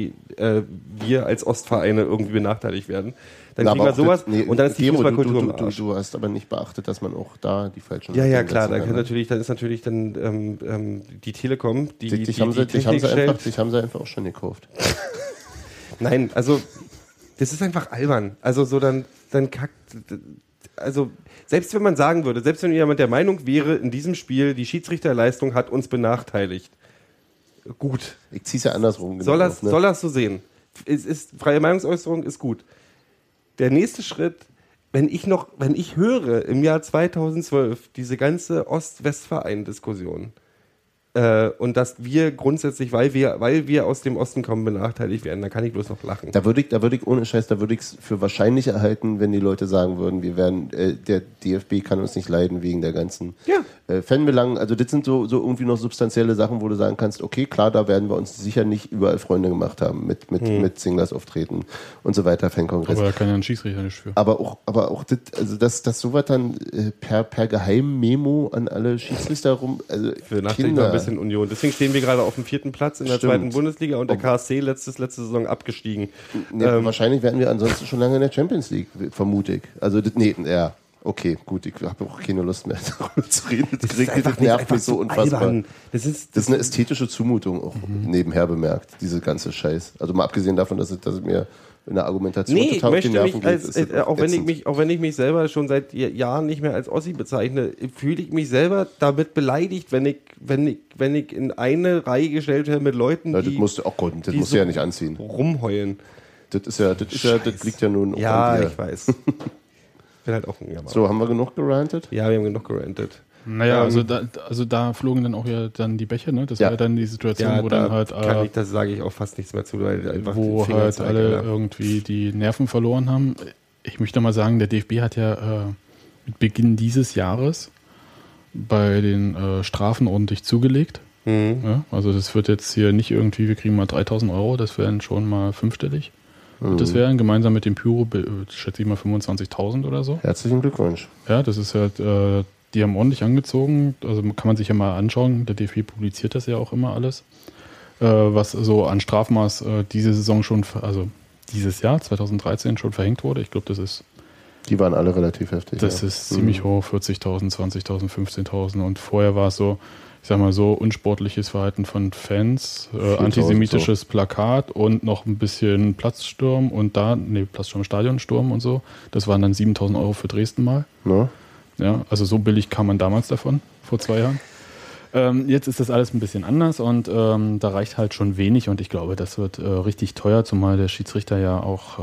wir als Ostvereine irgendwie benachteiligt werden. Dann kriegen wir sowas und dann ist die Fußballkultur im Arsch. Du hast aber nicht beachtet, dass man auch da die falschen... Ja, klar. Dann ist natürlich die Telekom, dich haben sie einfach auch schon gekauft. Nein, also das ist einfach albern. Also so dann kackt... Also selbst wenn man sagen würde, selbst wenn jemand der Meinung wäre, in diesem Spiel, die Schiedsrichterleistung hat uns benachteiligt. Gut. Ich zieh's ja andersrum. Soll das so sehen. Freie Meinungsäußerung ist gut. Der nächste Schritt, wenn ich höre im Jahr 2012 diese ganze Ost-West-Verein-Diskussion und dass wir grundsätzlich, weil wir aus dem Osten kommen, benachteiligt werden, dann kann ich bloß noch lachen. Da würde ich ohne Scheiß, da würde ich es für wahrscheinlich erhalten, wenn die Leute sagen würden, der DFB kann uns nicht leiden wegen der ganzen Fanbelangen. Also das sind so irgendwie noch substanzielle Sachen, wo du sagen kannst, okay, klar, da werden wir uns sicher nicht überall Freunde gemacht haben mit Singlers auftreten und so weiter, Fankongress. Aber da kann ja ein Schiedsrichter nicht für. Aber auch dass sowas dann per Geheimmemo an alle Schiedsrichter rum, also für Kinder. Ein bisschen Union. Deswegen stehen wir gerade auf dem 4. Platz in der 2. Bundesliga und der KSC letzte Saison abgestiegen. Wahrscheinlich wären wir ansonsten schon lange in der Champions League, vermute ich. Also Okay, gut, ich habe auch keine Lust mehr darüber zu reden. Das nervt mich so unfassbar. Das ist eine ästhetische Zumutung, auch nebenher bemerkt, diese ganze Scheiß. Also mal abgesehen davon, dass es mir in der Argumentation total auf die Nerven geht. Auch wenn ich mich selber schon seit Jahren nicht mehr als Ossi bezeichne, fühle ich mich selber damit beleidigt, wenn ich in eine Reihe gestellt werde mit Leuten, das musst du ja nicht anziehen. Rumheulen. Das liegt ja nun auch an dir. Ja, ich weiß. Ich bin halt auch ein Jammer. So, haben wir genug gerantet? Ja, wir haben genug gerantet. Naja, also da flogen dann auch ja dann die Becher, ne? Das war ja dann die Situation, wo dann halt das sage ich auch fast nichts mehr zu, weil einfach wo halt alle irgendwie die Nerven verloren haben. Ich möchte mal sagen, der DFB hat ja mit Beginn dieses Jahres bei den Strafen ordentlich zugelegt. Ja, also das wird jetzt hier nicht irgendwie, wir kriegen mal 3.000 Euro, das wären schon mal fünfstellig. Das wären gemeinsam mit dem Pyro, schätze ich mal 25.000 oder so. Herzlichen Glückwunsch. Ja, das ist halt, die haben ordentlich angezogen. Also kann man sich ja mal anschauen. Der DFB publiziert das ja auch immer alles. Was so an Strafmaß diese Saison schon, also dieses Jahr, 2013, schon verhängt wurde. Ich glaube, das ist... Die waren alle relativ heftig. Das ist ziemlich hoch, 40.000, 20.000, 15.000. Und vorher war es so, ich sag mal so, unsportliches Verhalten von Fans, antisemitisches Plakat und noch ein bisschen Platzsturm und Platzsturm, Stadionsturm und so. Das waren dann 7.000 Euro für Dresden mal. No. Ja, also so billig kam man damals davon, vor 2 Jahren. Jetzt ist das alles ein bisschen anders und da reicht halt schon wenig und ich glaube, das wird richtig teuer, zumal der Schiedsrichter ja auch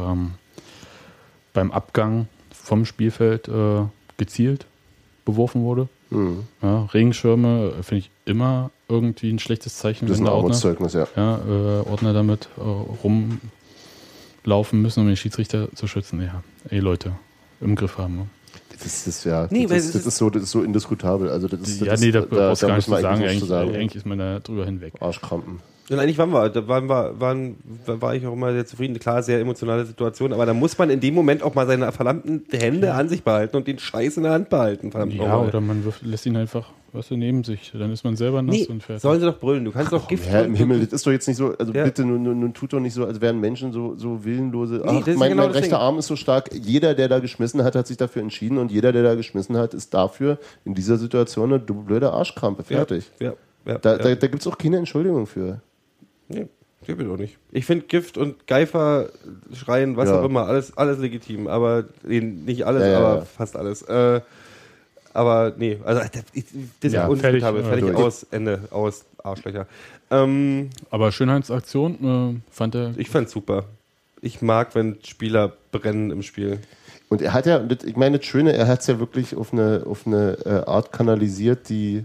beim Abgang vom Spielfeld gezielt beworfen wurde. Ja, Regenschirme finde ich immer irgendwie ein schlechtes Zeichen. Das ist ein Armutszeugnis, Ordner damit rumlaufen müssen, um den Schiedsrichter zu schützen. Ja, Leute, im Griff haben. Ne? Das ist so indiskutabel. Also das ist, da brauchst du gar nicht zu sagen. Eigentlich ist man da drüber hinweg. Arschkrampen. Und eigentlich war ich auch immer sehr zufrieden. Klar, sehr emotionale Situation, aber da muss man in dem Moment auch mal seine verdammten Hände an sich behalten und den Scheiß in der Hand behalten. Oder man lässt ihn einfach neben sich. Dann ist man selber nass und fertig. Sollen sie doch brüllen. Du kannst doch Gift... Herr im Himmel, das ist doch jetzt nicht so, also bitte, nun tut doch nicht so, als wären Menschen so willenlose... Mein rechter Arm ist so stark. Jeder, der da geschmissen hat sich dafür entschieden und jeder, der da geschmissen hat, ist dafür in dieser Situation eine blöde Arschkrampe. Fertig. Da gibt es auch keine Entschuldigung für. Nee, ich will doch nicht. Ich finde Gift und Geifer schreien, was auch immer, alles legitim, aber nicht alles, aber fast alles. Aber nee, also das ist undiskutabel. Fertig aus, Ende, aus, Arschlöcher. Aber Schönheitsaktion fand er... Ich fand's super. Ich mag, wenn Spieler brennen im Spiel. Und er hat ja, ich meine, das Schöne, er hat es ja wirklich auf eine Art kanalisiert, die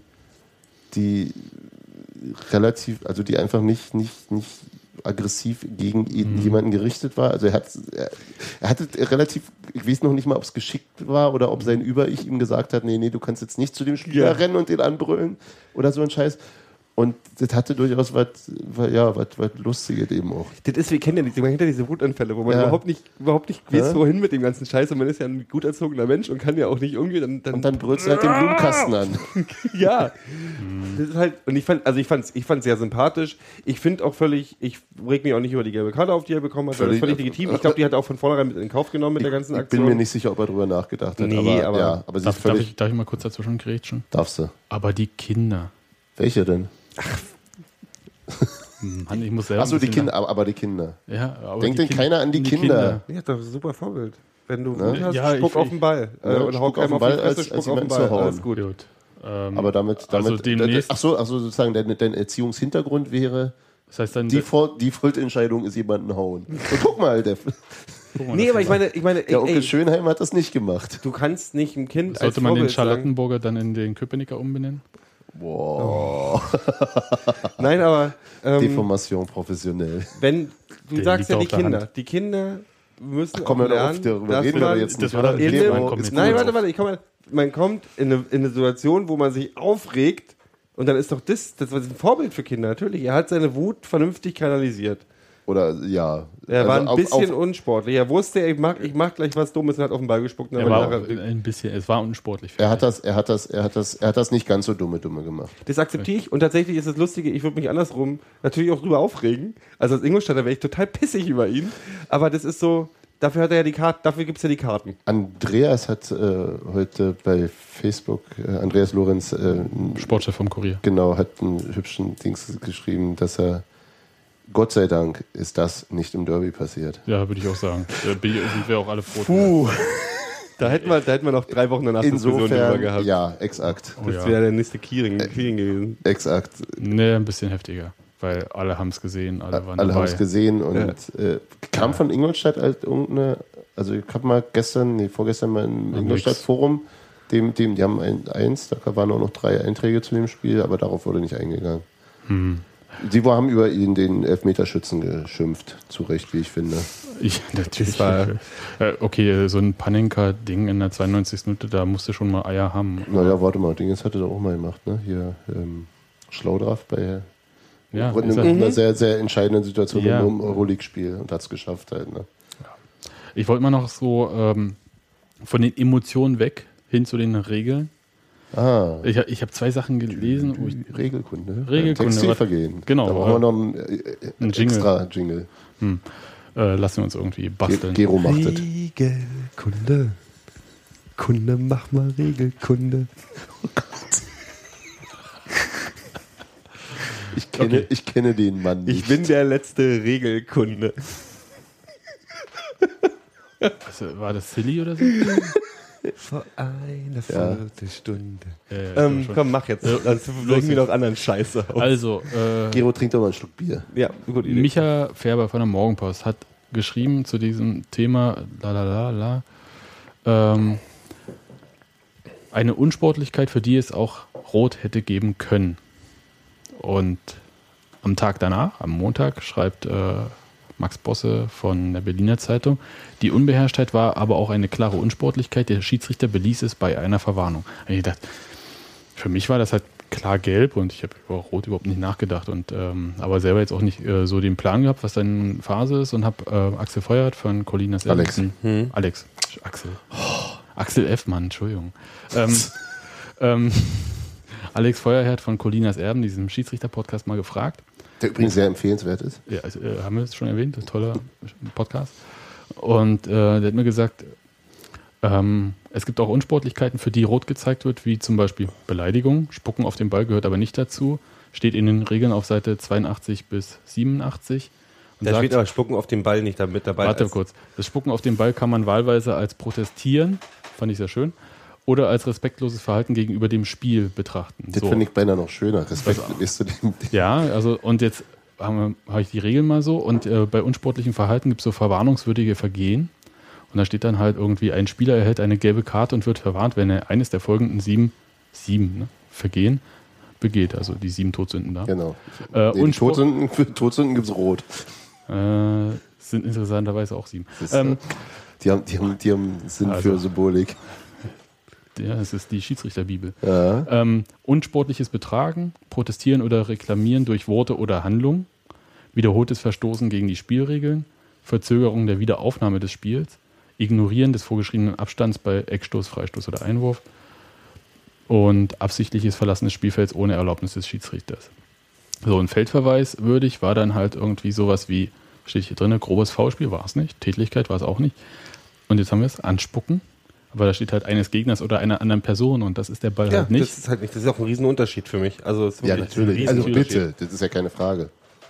relativ, also die einfach nicht aggressiv gegen jemanden gerichtet war. Also er hatte relativ, ich weiß noch nicht mal, ob es geschickt war oder ob sein Über-Ich ihm gesagt hat, nee, du kannst jetzt nicht zu dem Spieler rennen und den anbrüllen oder so ein Scheiß. Und das hatte durchaus was Lustiges eben auch. Das ist, man kennt ja diese Wutanfälle, wo man überhaupt nicht weiß, wohin mit dem ganzen Scheiß. Und man ist ja ein gut erzogener Mensch und kann ja auch nicht irgendwie und dann brüllst du halt den Blumenkasten an. Ja. Das ist halt, und ich fand sehr sympathisch. Ich finde auch ich reg mich auch nicht über die gelbe Karte auf, die er bekommen hat. Das ist völlig legitim. Ich glaube, die hat er auch von vornherein mit in Kauf genommen mit der ganzen Aktion. Ich bin mir nicht sicher, ob er darüber nachgedacht hat. Nee, aber sie ist völlig... Darf ich mal kurz dazwischen grätschen? Darfst du. Aber die Kinder. Welche denn? Mann, ich muss selber Achso, die Kinder, aber die Kinder. Ja, aber denkt denn keiner an die Kinder? Ja, das ist ein super Vorbild. Wenn du hast, spuck auf den Ball. Und hau keinem auf den Ball, als jemanden zu hauen. Alles gut. Aber damit also demnächst... Achso, sozusagen, dein Erziehungshintergrund wäre... Das heißt dann... Default-Entscheidung ist jemanden hauen. Und guck mal, nee, aber ich meine... Der Onkel Schönheim hat das nicht gemacht. Du kannst nicht ein Kind sollte man den Charlottenburger dann in den Köpenicker umbenennen? Boah. Nein, aber... Deformation professionell. Wenn du sagst ja die Kinder müssen auch lernen, darüber reden wir jetzt nicht. Nein, warte, man kommt in eine Situation, wo man sich aufregt und dann ist doch das war ein Vorbild für Kinder, natürlich. Er hat seine Wut vernünftig kanalisiert. Oder, ja. Er war ein bisschen unsportlich. Er wusste, ich mach gleich was Dummes und hat auf den Ball gespuckt. Es war unsportlich. Er hat das nicht ganz so dumme gemacht. Das akzeptiere ich und tatsächlich ist das Lustige, ich würde mich andersrum natürlich auch drüber aufregen. Also als Ingolstädter wäre ich total pissig über ihn, aber das ist so, Dafür hat er ja die Karten, dafür gibt es ja die Karten. Andreas hat heute bei Facebook, Andreas Lorenz, Sportchef vom Kurier. Genau, hat einen hübschen Dings geschrieben, dass er, Gott sei Dank, ist das nicht im Derby passiert. Ja, würde ich auch sagen. Sind wir auch alle froh. Puh. Da hätten wir noch 3 Wochen danach Diskussion drüber gehabt. Ja, exakt. Das wäre der nächste Kiering gewesen. Exakt. Ne, ein bisschen heftiger. Weil alle haben es gesehen, alle waren Alle haben dabei. es gesehen und kam von Ingolstadt halt irgendeine, also ich habe mal vorgestern mal im Ingolstadt-Forum, die haben eins, da waren auch noch 3 Einträge zu dem Spiel, aber darauf wurde nicht eingegangen. Sie haben über ihn den Elfmeterschützen geschimpft, zu Recht, wie ich finde. Natürlich. Okay, so ein Panenka-Ding in der 92. Minute, da musste schon mal Eier haben. Naja, warte mal, Dingens hatte er auch mal gemacht, ne? Hier Schlaudraff bei einer sehr, sehr entscheidenden Situation im Euroleague-Spiel und hat es geschafft halt, ne? Ich wollte mal noch so von den Emotionen weg hin zu den Regeln. Ich habe 2 Sachen gelesen. Regelkunde. Textilvergehen. Genau. Da brauchen wir noch einen Jingle. extra Jingle. Lassen wir uns irgendwie basteln. Gero macht das. Regelkunde. Kunde, mach mal Regelkunde. Oh Gott. Ich kenne den Mann nicht. Ich bin der letzte Regelkunde. War das Silly oder so? Vor einer Viertelstunde. Komm, mach jetzt. Sonst bringen wir noch anderen Scheiße auf. Also, Gero trinkt doch mal einen Schluck Bier. Ja, gut. Micha Färber von der Morgenpost hat geschrieben zu diesem Thema eine Unsportlichkeit, für die es auch Rot hätte geben können. Und am Tag danach, am Montag, schreibt Max Bosse von der Berliner Zeitung, die Unbeherrschtheit war aber auch eine klare Unsportlichkeit. Der Schiedsrichter beließ es bei einer Verwarnung. Und ich dachte, für mich war das halt klar gelb und ich habe über Rot überhaupt nicht nachgedacht. Und aber selber jetzt auch nicht so den Plan gehabt, was dann Phase ist und habe Axel Feuert von Colinas Axel F., Mann, Entschuldigung. Alex Feuerherd von Colinas Erben, diesem Schiedsrichter-Podcast, mal gefragt. Der übrigens sehr empfehlenswert ist. Ja, also, haben wir es schon erwähnt, ein toller Podcast. Und der hat mir gesagt, es gibt auch Unsportlichkeiten, für die rot gezeigt wird, wie zum Beispiel Beleidigung. Spucken auf den Ball gehört aber nicht dazu. Steht in den Regeln auf Seite 82 bis 87. Und da steht aber Spucken auf den Ball nicht mit dabei. Warte kurz. Das Spucken auf den Ball kann man wahlweise als Protestieren, fand ich sehr schön, oder als respektloses Verhalten gegenüber dem Spiel betrachten. Das finde ich beinahe noch schöner. Respekt ist zu dem. Ja, also und jetzt habe ich die Regeln mal so und bei unsportlichem Verhalten gibt es so verwarnungswürdige Vergehen und da steht dann halt irgendwie, ein Spieler erhält eine gelbe Karte und wird verwarnt, wenn er eines der folgenden sieben Vergehen begeht, also die 7 Todsünden da. Genau. Für Todsünden gibt es Rot. Sind interessanterweise auch 7. Die haben Sinn für Symbolik. Ja, es ist die Schiedsrichterbibel. Ja. Unsportliches Betragen, Protestieren oder Reklamieren durch Worte oder Handlungen, wiederholtes Verstoßen gegen die Spielregeln, Verzögerung der Wiederaufnahme des Spiels, Ignorieren des vorgeschriebenen Abstands bei Eckstoß, Freistoß oder Einwurf und absichtliches Verlassen des Spielfelds ohne Erlaubnis des Schiedsrichters. So, ein Feldverweis würdig war dann halt irgendwie sowas wie, steht hier drin, grobes Foulspiel war es nicht, Tätlichkeit war es auch nicht. Und jetzt haben wir es, Anspucken. Aber da steht halt eines Gegners oder einer anderen Person und das ist der Ball halt nicht. Das ist halt nicht. Das ist auch ein Riesenunterschied für mich. Also ja, natürlich. Also bitte, das ist ja keine Frage.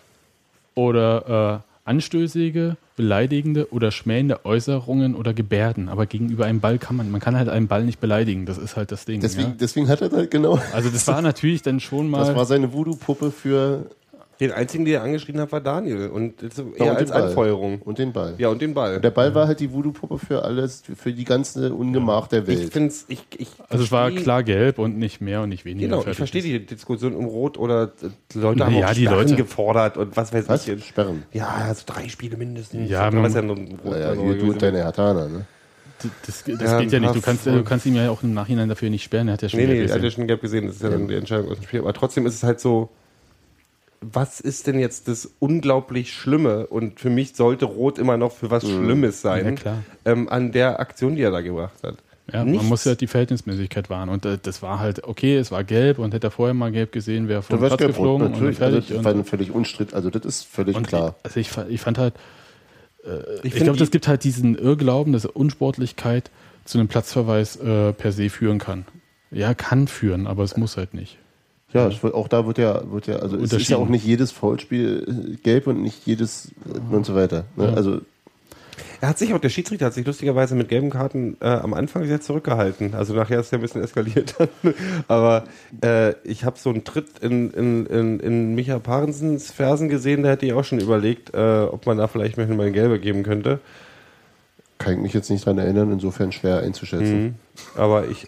Oder anstößige, beleidigende oder schmähende Äußerungen oder Gebärden. Aber gegenüber einem Ball kann man kann halt einen Ball nicht beleidigen. Das ist halt das Ding. Deswegen hat er halt genau. Also das war natürlich dann schon mal. Das war seine Voodoo-Puppe für. Den einzigen, der angeschrien hat, war Daniel. Und eher als Anfeuerung. Und den Ball. Ja, und den Ball. Und der Ball war halt die Voodoo-Puppe für alles, für die ganze Ungemach der Welt. Ich finde also es war klar gelb und nicht mehr und nicht weniger. Genau, ich verstehe die Diskussion um Rot oder Leute haben auch die Sperren gefordert und was weiß ich. Sperren? Ja, also 3 Spiele mindestens. Ja, du deine Hertaner, ne? Das geht ja nicht. Du kannst ihn ja auch im Nachhinein dafür nicht sperren. Er hat ja schon er hat ja schon gelb gesehen. Das ist ja dann die Entscheidung aus dem Spiel. Aber trotzdem ist es halt so, was ist denn jetzt das unglaublich Schlimme? Und für mich sollte Rot immer noch für was Schlimmes sein, an der Aktion, die er da gebracht hat. Ja, man muss ja die Verhältnismäßigkeit wahren. Und das war halt, okay, es war gelb und hätte er vorher mal gelb gesehen, wäre vom Platz geflogen. Natürlich, und fertig. Das war völlig unstrittig, also das ist völlig klar. Also ich fand halt, ich glaube, das gibt halt diesen Irrglauben, dass Unsportlichkeit zu einem Platzverweis per se führen kann. Ja, kann führen, aber es muss halt nicht. Ja, auch da wird ja, also es ist ja auch nicht jedes Foulspiel gelb und nicht jedes und so weiter. Ne? Ja. Also der Schiedsrichter hat sich lustigerweise mit gelben Karten am Anfang sehr zurückgehalten. Also nachher ist er ein bisschen eskaliert. Aber ich habe so einen Tritt in Micha Parensens Fersen gesehen, da hätte ich auch schon überlegt, ob man da vielleicht mal eine gelbe geben könnte. Kann ich mich jetzt nicht dran erinnern, insofern schwer einzuschätzen. Mhm. Aber ich,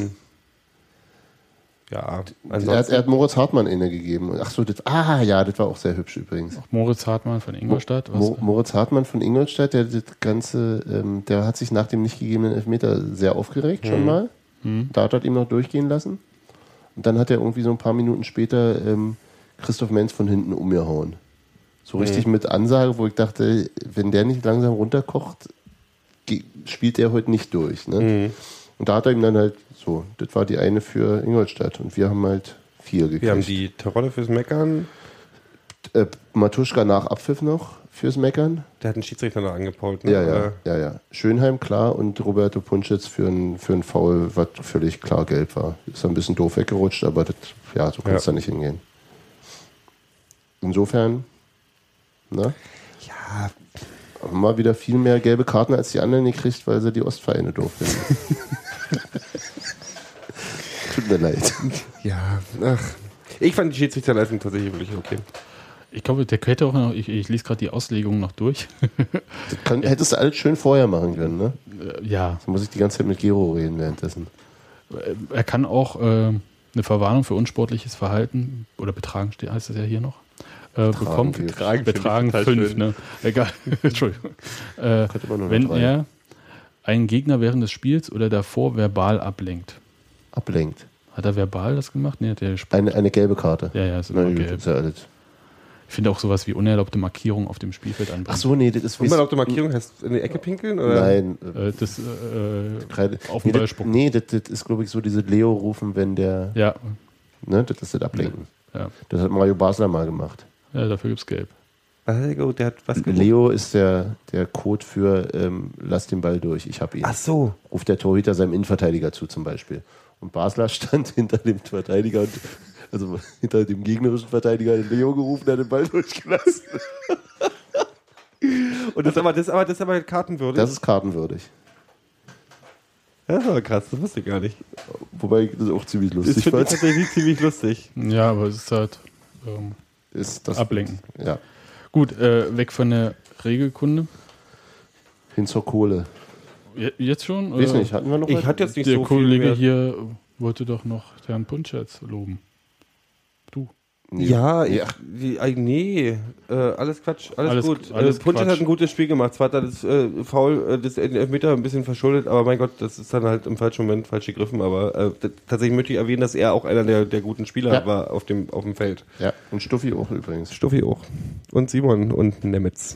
ja, er hat Moritz Hartmann inne gegeben. Ach so, das war auch sehr hübsch übrigens. Auch Moritz Hartmann von Ingolstadt. Moritz Hartmann von Ingolstadt, der das Ganze, der hat sich nach dem nicht gegebenen Elfmeter sehr aufgeregt schon mal. Da hat er ihn noch durchgehen lassen. Und dann hat er irgendwie so ein paar Minuten später Christoph Menz von hinten umgehauen. So richtig mit Ansage, wo ich dachte, wenn der nicht langsam runterkocht, spielt der heute nicht durch. Ne? Und da hat er ihm dann halt so, das war die eine für Ingolstadt und wir haben halt 4 gekriegt. Wir haben die Tirolle fürs Meckern. Matuschka nach Abpfiff noch fürs Meckern. Der hat einen Schiedsrichter noch angepault. Ne? Ja. Schönheim klar und Roberto Punschitz für ein Foul, was völlig klar gelb war. Ist ein bisschen doof weggerutscht, aber das, so kann es da nicht hingehen. Insofern, ne? Ja. Haben wir wieder viel mehr gelbe Karten als die anderen gekriegt, weil sie die Ostvereine doof finden. Tut mir leid. Ja, ich fand die Schiedsrichterleistung tatsächlich wirklich okay. Ich glaube, der hätte auch noch, ich lese gerade die Auslegung noch durch. Hättest du alles schön vorher machen können, ne? Ja. So muss ich die ganze Zeit mit Gero reden währenddessen. Er kann auch eine Verwarnung für unsportliches Verhalten oder Betragen, heißt das ja hier noch, bekommen. Betragen 5, ne? Egal. Entschuldigung. Wenn er einen Gegner während des Spiels oder davor verbal ablenkt. Ablenkt? Hat er verbal das gemacht? Nee, hat er eine gelbe Karte. Ja, ist immer gelb. Ist ja alles. Ich finde auch sowas wie unerlaubte Markierung auf dem Spielfeld anbringen. Ach so, nee, das ist... Unerlaubte Markierung heißt in die Ecke pinkeln? Oder? Nein. Auf den Ball spucken. Nee, das ist, glaube ich, so diese Leo rufen, wenn der... Ja. Ne, das ist das Ablenken. Ja. Das hat Mario Basler mal gemacht. Ja, dafür gibt's gelb. Der hat was gemacht. Leo ist der Code für lass den Ball durch, ich hab ihn. Ach so. Ruft der Torhüter seinem Innenverteidiger zu zum Beispiel. Und Basler stand hinter dem Verteidiger, also hinter dem gegnerischen Verteidiger, den Leo gerufen, der hat den Ball durchgelassen. Und das ist aber kartenwürdig? Das ist kartenwürdig. Das ist aber krass, das wusste ich gar nicht. Wobei ich das auch ziemlich lustig fand. Das finde ich tatsächlich ziemlich lustig. Ja, aber es ist halt ist das ablenken. Ja. Gut, weg von der Regelkunde. Hin zur Kohle. Jetzt schon? Weiß nicht, hatten wir noch Ich hatte jetzt nicht der so Kollege viel hier wollte doch noch Herrn Punschitz loben. Du. Nee. Ja, Nee. alles Quatsch, alles gut. Alles Punschitz Quatsch. hat ein gutes Spiel gemacht. Zwar hat er das Foul, das Elfmeter ein bisschen verschuldet, aber mein Gott, das ist dann halt im falschen Moment falsch gegriffen. Aber tatsächlich möchte ich erwähnen, dass er auch einer der guten Spieler war auf dem Feld. Ja, und Stuffi auch übrigens. Stuffi auch. Und Simon und Nemitz.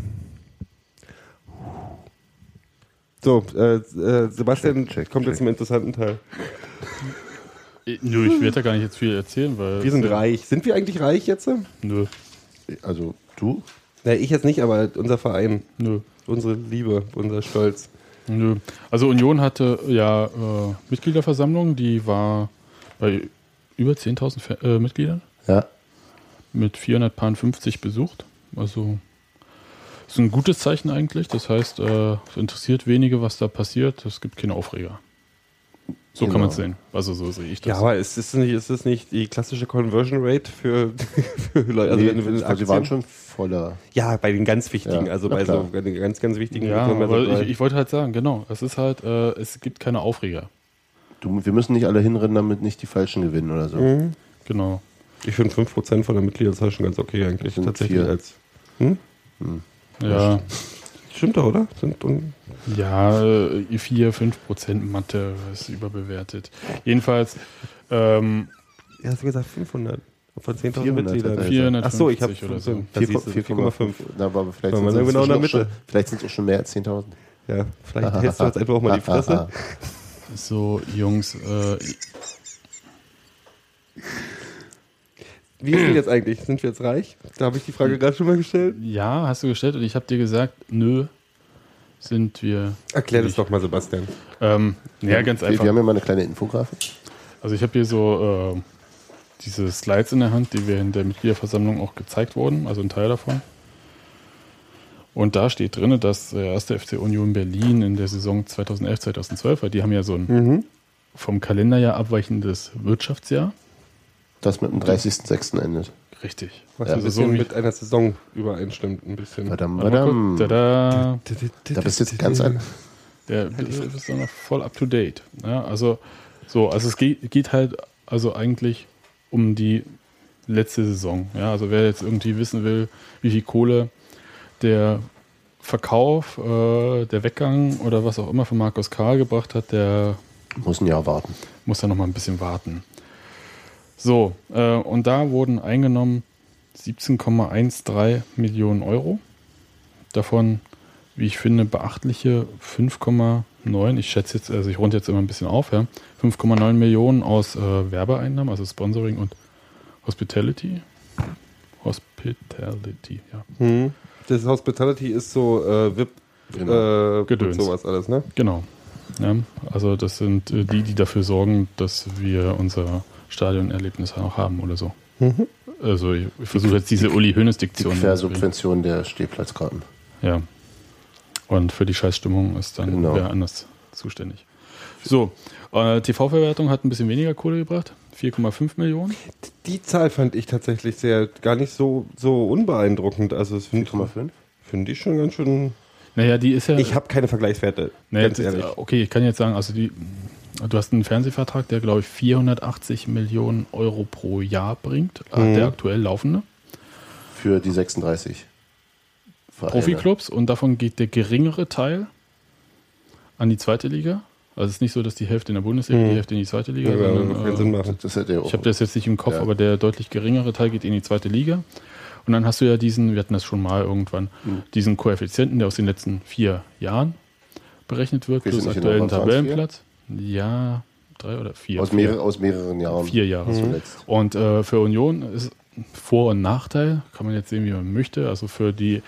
So, Sebastian kommt jetzt zum interessanten Teil. Nö, ich werde da gar nicht jetzt viel erzählen, weil... Wir sind reich. Sind wir eigentlich reich jetzt? Nö. Also du? Na, ich jetzt nicht, aber unser Verein. Nö. Unsere Liebe, unser Stolz. Nö. Also Union hatte ja Mitgliederversammlung, die war bei über 10.000 Mitgliedern. Ja. Mit 450 besucht. Also ist ein gutes Zeichen eigentlich. Das heißt, es interessiert wenige, was da passiert. Es gibt keine Aufreger. So kann man es sehen. Also so sehe ich das. Ja, aber ist das nicht die klassische Conversion Rate für Leute? Also die waren schon voller. Ja, bei den ganz wichtigen, Ja, also na bei klar. so ganz, ganz wichtigen. Ja, aber ich wollte halt sagen, genau. Es ist halt, es gibt keine Aufreger. Wir müssen nicht alle hinrennen, damit nicht die Falschen gewinnen oder so. Mhm. Genau. Ich finde 5% von der Mitgliederzahl schon ganz okay eigentlich. Sind Tatsächlich 4. als. Ja. Stimmt doch, oder? Ja, 4-5% Mathe ist überbewertet. Jedenfalls Ja, hast du gesagt 500 von 10.000 400 Mitgliedern. hat er 450 Achso, ich habe oder so. 4,5. Na, aber vielleicht Waren wir sind es genau in der inzwischen Mitte. Vielleicht sind es auch schon mehr als 10.000. Ja, vielleicht hältst du jetzt einfach auch mal die Fresse. So, Jungs, Wie ist denn jetzt eigentlich? Sind wir jetzt reich? Da habe ich die Frage gerade schon mal gestellt. ja, hast du gestellt und ich habe dir gesagt, nö, sind wir... Erklär das doch mal, Sebastian. Ja, ganz einfach. Wir haben ja mal eine kleine Infografik. Also ich habe hier so diese Slides in der Hand, die wir in der Mitgliederversammlung auch gezeigt wurden, also ein Teil davon. Und da steht drin, dass der 1. FC Union Berlin in der Saison 2011/2012, weil die haben ja so ein vom Kalenderjahr abweichendes Wirtschaftsjahr. Das mit dem 30.06. endet. Richtig. Was Ja, ein bisschen mit einer Saison übereinstimmt, ein bisschen. Badam. Tada. Da bist du jetzt ganz an. Der ist noch voll up to date. Ja, also es geht halt also eigentlich um die letzte Saison. Ja, also wer jetzt irgendwie wissen will, wie viel Kohle der Verkauf, der Weggang oder was auch immer von Markus Karl gebracht hat, der Muss ein Jahr warten. muss da noch mal ein bisschen warten. So, und da wurden eingenommen 17,13 Millionen Euro. Davon, wie ich finde, beachtliche 5,9. Ich schätze jetzt, also ich runde jetzt immer ein bisschen auf, ja. 5,9 Millionen aus Werbeeinnahmen, also Sponsoring und Hospitality. Ja. Das Hospitality ist so VIP, Gedöns. und sowas alles, ne? Genau. Ja, also das sind die dafür sorgen, dass wir unser Stadionerlebnis auch haben oder so. Also ich versuche jetzt diese Uli Hoeneß-Diktion. Die Quersubvention der Stehplatzkarten. Ja. Und für die Scheißstimmung ist dann wer anders zuständig. So, TV-Verwertung hat ein bisschen weniger Kohle gebracht. 4,5 Millionen. Die Zahl fand ich tatsächlich gar nicht so unbeeindruckend. Also 4,5? Finde ich schon ganz schön... Naja, die ist ja... Ich habe keine Vergleichswerte, ganz ehrlich. Okay, ich kann jetzt sagen, also du hast einen Fernsehvertrag, der, glaube ich, 480 Millionen Euro pro Jahr bringt, der aktuell laufende. Für die 36 Vereine. Profiklubs, und davon geht der geringere Teil an die zweite Liga. Also es ist nicht so, dass die Hälfte in der Bundesliga, die Hälfte in die zweite Liga, sondern Sinn machen. Das hätte ja auch. Ich habe das jetzt nicht im Kopf, aber der deutlich geringere Teil geht in die zweite Liga. Und dann hast du ja wir hatten das schon mal irgendwann, diesen Koeffizienten, der aus den letzten 4 Jahren berechnet wird, plus aktuellen Tabellenplatz. Ja, 3 oder 4. Aus mehreren Jahren. 4 Jahre. Zuletzt. Und für Union ist Vor- und Nachteil, kann man jetzt sehen, wie man möchte. Also für die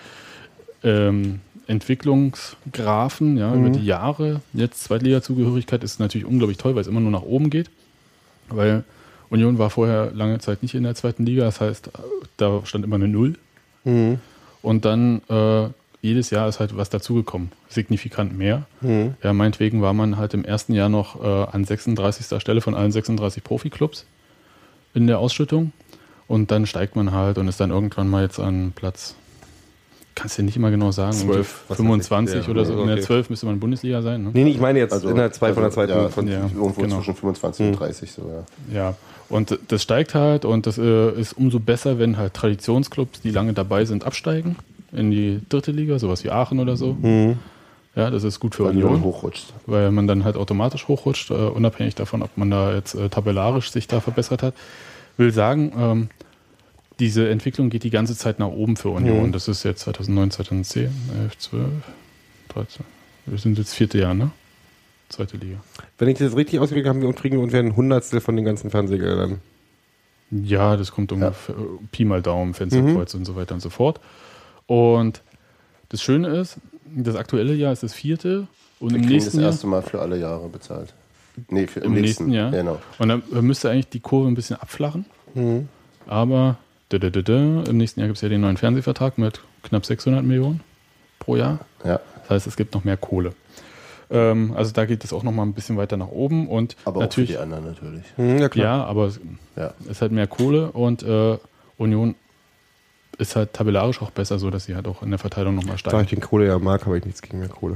Entwicklungsgrafen, ja, über die Jahre, jetzt Zweitliga-Zugehörigkeit ist natürlich unglaublich toll, weil es immer nur nach oben geht. Weil Union war vorher lange Zeit nicht in der zweiten Liga, das heißt, da stand immer eine 0. Und dann jedes Jahr ist halt was dazugekommen, signifikant mehr. Ja, meinetwegen war man halt im ersten Jahr noch an 36. Stelle von allen 36 Profiklubs in der Ausschüttung. Und dann steigt man halt und ist dann irgendwann mal jetzt an Platz, kannst du ja nicht immer genau sagen, 12, 25 oder so. Okay. In der 12 müsste man Bundesliga sein. Ne? Nee, ich meine jetzt in der 2 von der zweiten. Irgendwo genau. zwischen 25 und 30 so, ja. Ja, und das steigt halt und das ist umso besser, wenn halt Traditionsclubs, die lange dabei sind, absteigen in die dritte Liga, sowas wie Aachen oder so. Ja, das ist gut für Weil du dann Union, hochrutscht. weil man dann halt automatisch hochrutscht, unabhängig davon, ob man da jetzt tabellarisch sich da verbessert hat. Will sagen, diese Entwicklung geht die ganze Zeit nach oben für Union. Das ist jetzt 2009, 2010, 11, 12, 13. Wir sind jetzt 4. Jahr, ne? Zweite Liga. Wenn ich das richtig ausgerechnet habe, kriegen wir ungefähr ein Hundertstel von den ganzen Fernsehgeldern. Ja, das kommt ungefähr Pi mal Daumen, Fensterkreuz und so weiter und so fort. Und das Schöne ist, das aktuelle Jahr ist das 4. und im nächsten das Jahr... erste Mal für alle Jahre bezahlt. Nee, Im nächsten Jahr. Genau. Und dann müsste eigentlich die Kurve ein bisschen abflachen. Aber im nächsten Jahr gibt es ja den neuen Fernsehvertrag mit knapp 600 Millionen pro Jahr. Ja. Das heißt, es gibt noch mehr Kohle. Also da geht es auch noch mal ein bisschen weiter nach oben. Und Aber natürlich, auch für die anderen natürlich. Ja, klar. ja, aber es Ja. ist halt mehr Kohle und Union ist halt tabellarisch auch besser, so dass sie halt auch in der Verteilung nochmal Da steigen. ich den Kohle ja mag, habe ich nichts gegen mehr Kohle.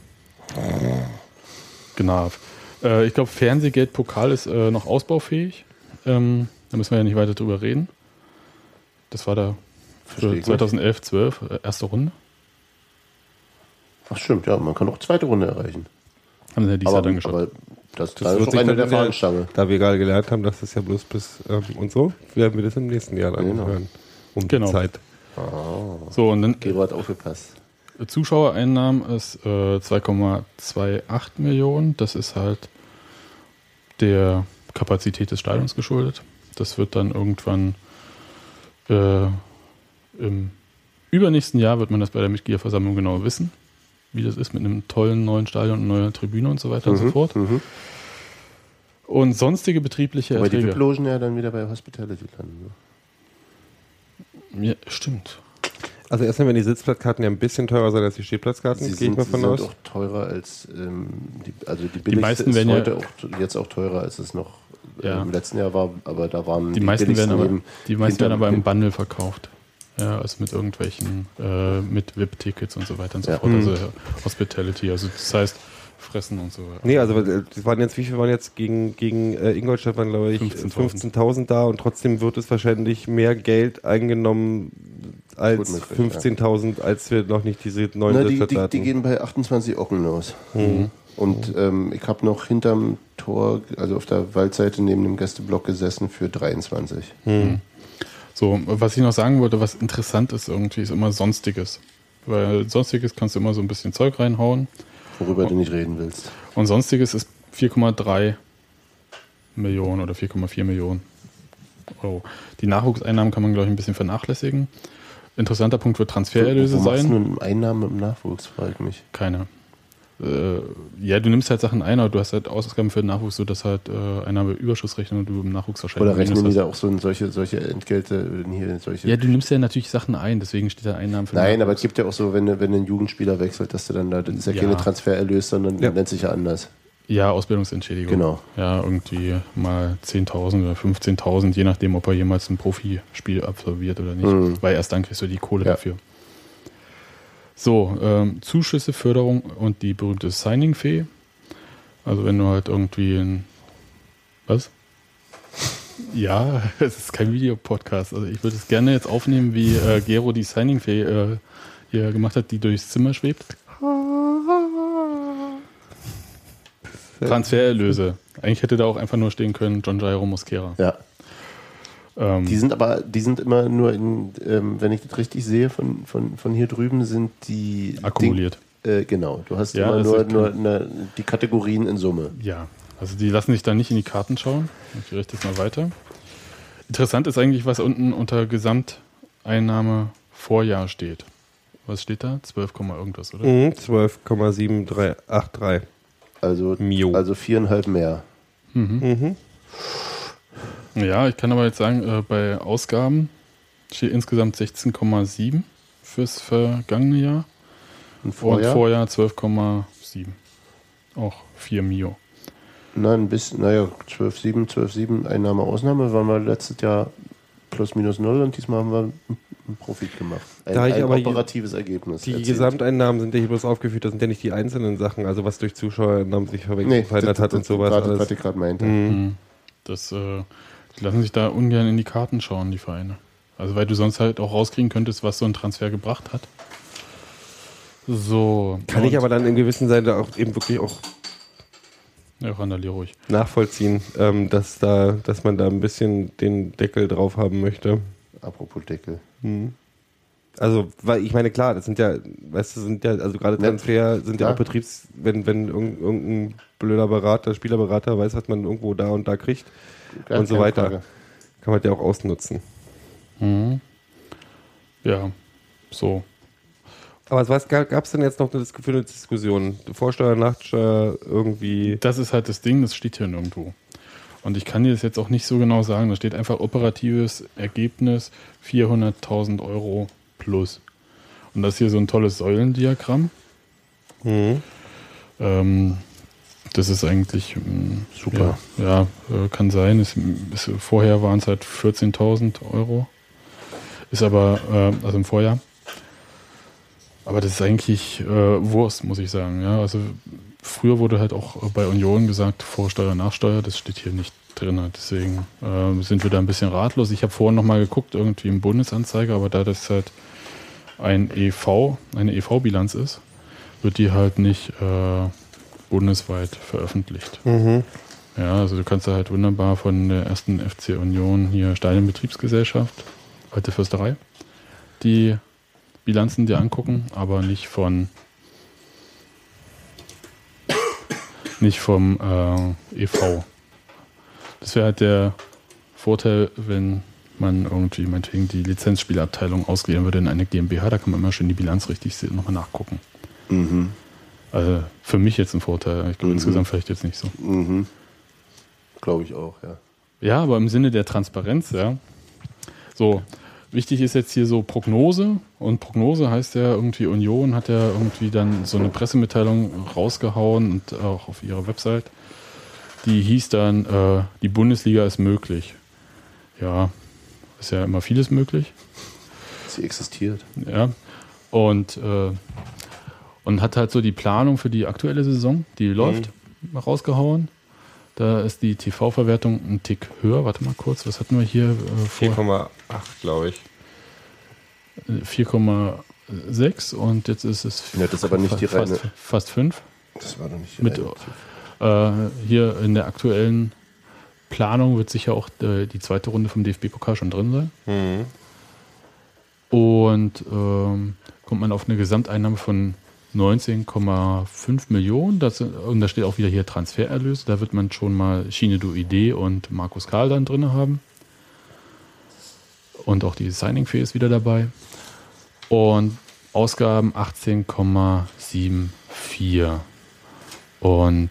Genau. Ich glaube, Fernsehgeldpokal ist noch ausbaufähig. Da müssen wir ja nicht weiter drüber reden. Das war da Verstehe für ich 2011, 12, erste Runde. Ach stimmt, ja, man kann auch zweite Runde erreichen. Haben sie ja dieses Jahr dann geschaut. aber das Das ist wird doch sich eine dann der wieder- Fahnenstange. Da wir gerade gelernt haben, dass das ja bloß bis und so, werden wir das im nächsten Jahr dann Genau. hören. Um Genau. die Zeit. So, und dann Gero hat aufgepasst. Zuschauereinnahmen ist 2,28 Millionen. Das ist halt der Kapazität des Stadions geschuldet. Das wird dann irgendwann im übernächsten Jahr wird man das bei der Mitgliederversammlung genau wissen. wie das ist mit einem tollen neuen Stadion und neuer Tribüne und so weiter und so fort. Und sonstige betriebliche Weil die Erträge. VIP-Logen ja dann wieder bei Hospitality landen. Ne? Ja, stimmt. Also erstmal, wenn die Sitzplatzkarten ja ein bisschen teurer sind als die Stehplatzkarten, gehe ich mal von aus. Sie sind auch teurer als, die Die meisten billigste ist werden heute auch, jetzt auch teurer, als es noch im letzten Jahr war, aber da waren die meisten werden aber im hinterm- Bundle verkauft. Ja, also mit irgendwelchen, mit VIP-Tickets und so weiter und so Ja. fort. Also Hospitality, also das heißt Fressen und so. Nee, also das waren jetzt, wie viel waren jetzt gegen Ingolstadt, waren glaube ich 15.000 da und trotzdem wird es wahrscheinlich mehr Geld eingenommen als 15.000, als wir noch nicht diese neuen Sitze hatten. Die gehen bei 28 Ocken los. Und ich habe noch hinterm Tor, also auf der Waldseite neben dem Gästeblock gesessen für 23. So, was ich noch sagen wollte, was interessant ist irgendwie, ist immer Sonstiges. Weil Sonstiges kannst du immer so ein bisschen Zeug reinhauen. Worüber du nicht reden willst. Und Sonstiges ist 4,3 Millionen oder 4,4 Millionen Euro. Die Nachwuchseinnahmen kann man, glaube ich, ein bisschen vernachlässigen. Interessanter Punkt wird Transfererlöse Wo machst du sein. nun Einnahmen im Nachwuchs, frage ich mich. Keine. Ja, du nimmst halt Sachen ein, aber du hast halt Ausgaben für den Nachwuchs, so dass halt Einnahmeüberschussrechnung und du im Nachwuchs wahrscheinlich. Oder rechnen die hast. da auch so solche Entgelte hier, solche. Ja, du nimmst ja natürlich Sachen ein, deswegen steht da Einnahmen für den Nein, aber Nachwuchs. es gibt ja auch so, wenn ein Jugendspieler wechselt, dass du dann da, das ist ja Ja. keine Transfererlös, sondern nennt sich ja anders. Ja, Ausbildungsentschädigung. Genau. Ja, irgendwie mal 10.000 oder 15.000, je nachdem, ob er jemals ein Profispiel absolviert oder nicht. Weil erst dann kriegst du die Kohle dafür. So, Zuschüsse, Förderung und die berühmte Signing-Fee. Also wenn du halt irgendwie ein... Was? Ja, es ist kein Videopodcast. Also ich würde es gerne jetzt aufnehmen, wie Gero die Signing-Fee hier gemacht hat, die durchs Zimmer schwebt. Transfererlöse. Eigentlich hätte da auch einfach nur stehen können, John Jairo Mosquera. Ja. Die sind immer nur in, wenn ich das richtig sehe, von hier drüben sind die akkumuliert. Genau, du hast Ja, immer das nur die Kategorien in Summe. Ja, also die lassen sich da nicht in die Karten schauen. Ich richte es mal weiter. Interessant ist eigentlich, was unten unter Gesamteinnahme Vorjahr steht. Was steht da? 12, irgendwas, oder? 12,7383. Also Mio. 4,5 mehr. Ja, ich kann aber jetzt sagen, bei Ausgaben steht insgesamt 16,7 fürs vergangene Jahr. Und Vorjahr 12,7. Auch 4 Mio. Nein, ein bisschen, 12,7 Einnahme, Ausnahme, waren wir letztes Jahr plus minus 0 und diesmal haben wir einen Profit gemacht. Ein operatives Ergebnis. Die Gesamteinnahmen sind ja hier bloß aufgeführt, das sind ja nicht die einzelnen Sachen, also was durch Zuschauereinnahmen sich verändert hat und sowas. Das, was ich gerade meinte. Das, die lassen sich da ungern in die Karten schauen, die Vereine. Also weil du sonst halt auch rauskriegen könntest, was so ein Transfer gebracht hat. So. Kann ich aber dann in gewissen Seite auch eben wirklich auch randalier ruhig. nachvollziehen, dass man da ein bisschen den Deckel drauf haben möchte. Apropos Deckel. Also, weil ich meine, klar, das sind ja, also gerade Transfer sind ja auch wenn irgendein blöder Spielerberater weiß, was man irgendwo da und da kriegt und so weiter, Frage. kann man ja auch ausnutzen. Ja, so. Aber was gab es denn jetzt noch für eine Diskussion? Vorsteuer, Nachsteuer, irgendwie? Das ist halt das Ding, das steht hier nirgendwo. Und ich kann dir das jetzt auch nicht so genau sagen. Da steht einfach operatives Ergebnis 400.000 Euro plus. Und das ist hier so ein tolles Säulendiagramm. Das ist eigentlich Super. Ja, kann sein. Vorher waren es halt 14.000 Euro. Ist aber, also im Vorjahr. Aber das ist eigentlich Wurst, muss ich sagen. Ja, also früher wurde halt auch bei Union gesagt, Vorsteuer, Nachsteuer, das steht hier nicht drin. Deswegen sind wir da ein bisschen ratlos. Ich habe vorhin nochmal geguckt, irgendwie im Bundesanzeiger, aber da das halt eine EV-Bilanz ist, wird die halt nicht bundesweit veröffentlicht. Ja, also du kannst da halt wunderbar von der ersten FC Union hier Stadionbetriebsgesellschaft, Alte Fürsterei, die Bilanzen dir angucken, aber nicht vom EV. Das wäre halt der Vorteil, wenn man irgendwie meinetwegen die Lizenzspielabteilung ausgliedern würde in eine GmbH, da kann man immer schön die Bilanz richtig nochmal nachgucken. Also für mich jetzt ein Vorteil. Ich glaube insgesamt vielleicht jetzt nicht so. Mhm. Glaube ich auch, ja. Ja, aber im Sinne der Transparenz, ja. So, wichtig ist jetzt hier so Prognose. Und Prognose heißt ja irgendwie, Union hat ja irgendwie dann so eine Pressemitteilung rausgehauen und auch auf ihrer Website. Die hieß dann, die Bundesliga ist möglich. Ja, ist ja immer vieles möglich. Sie existiert. Ja. Und hat halt so die Planung für die aktuelle Saison, die läuft, rausgehauen. Da ist die TV-Verwertung ein Tick höher. Warte mal kurz, was hatten wir hier vor? 4,8, glaube ich. 4,6 und jetzt ist es Ja, das ist aber nicht die reine. Fast 5. Das war doch nicht die Mit, hier in der aktuellen Planung wird sicher auch die zweite Runde vom DFB-Pokal schon drin sein. Mhm. Und kommt man auf eine Gesamteinnahme von 19,5 Millionen. Und da steht auch wieder hier Transfererlöse. Da wird man schon mal Shinedo Ide und Markus Karl dann drin haben. Und auch die Signing-Fee ist wieder dabei. Und Ausgaben 18,74. Und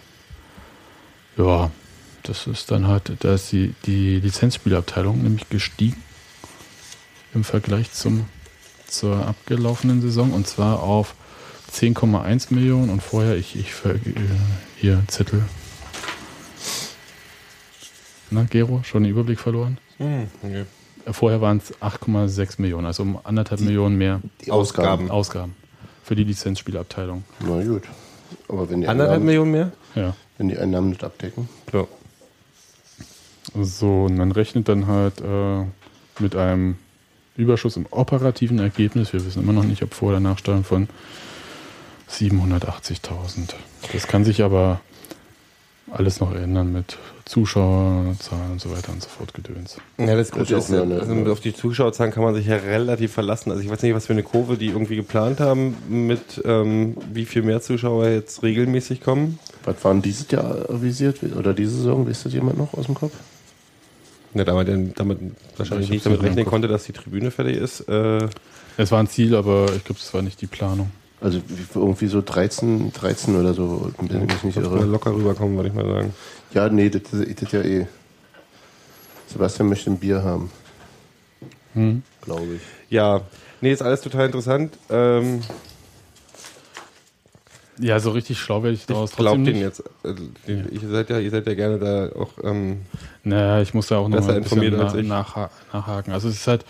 ja, das ist dann halt, da ist die Lizenzspielabteilung nämlich gestiegen im Vergleich zur abgelaufenen Saison. Und zwar auf 10,1 Millionen und vorher, hier Zettel. Na, Gero, schon den Überblick verloren? Okay. Vorher waren es 8,6 Millionen, also um 1,5 Millionen mehr Die Ausgaben. für die Lizenzspielabteilung. Na gut. Aber wenn die 1,5 Millionen mehr? Ja. Wenn die Einnahmen nicht abdecken. Ja. So, und man rechnet dann halt mit einem Überschuss im operativen Ergebnis. Wir wissen immer noch nicht, ob Vor- oder Nachsteuern von 780.000. Das kann sich aber alles noch ändern mit Zuschauerzahlen und so weiter und so fort Gedöns. Ja, das Gute ist ist, auch eine- auf die Zuschauerzahlen kann man sich ja relativ verlassen. Also ich weiß nicht, was für eine Kurve die irgendwie geplant haben, mit wie viel mehr Zuschauer jetzt regelmäßig kommen. Was waren dieses Jahr avisiert? Oder diese Saison? Wisst das jemand noch aus dem Kopf? Ja, damit wahrscheinlich nicht damit rechnen konnte, dass die Tribüne fertig ist. Es war ein Ziel, aber ich glaube, das war nicht die Planung. Also irgendwie so 13 oder so. Bin ich nicht Mal irre. locker rüberkommen, würde ich mal sagen. Ja, nee, das ja eh. Sebastian möchte ein Bier haben. Glaube ich. Ja, nee, ist alles total interessant. Ja, so richtig schlau werde ich daraus Ich glaube trotzdem den nicht. jetzt. Ihr seid ja gerne da auch. Naja, ich muss da auch noch Besser mal ein bisschen informiert als ich. nachhaken. Also es ist halt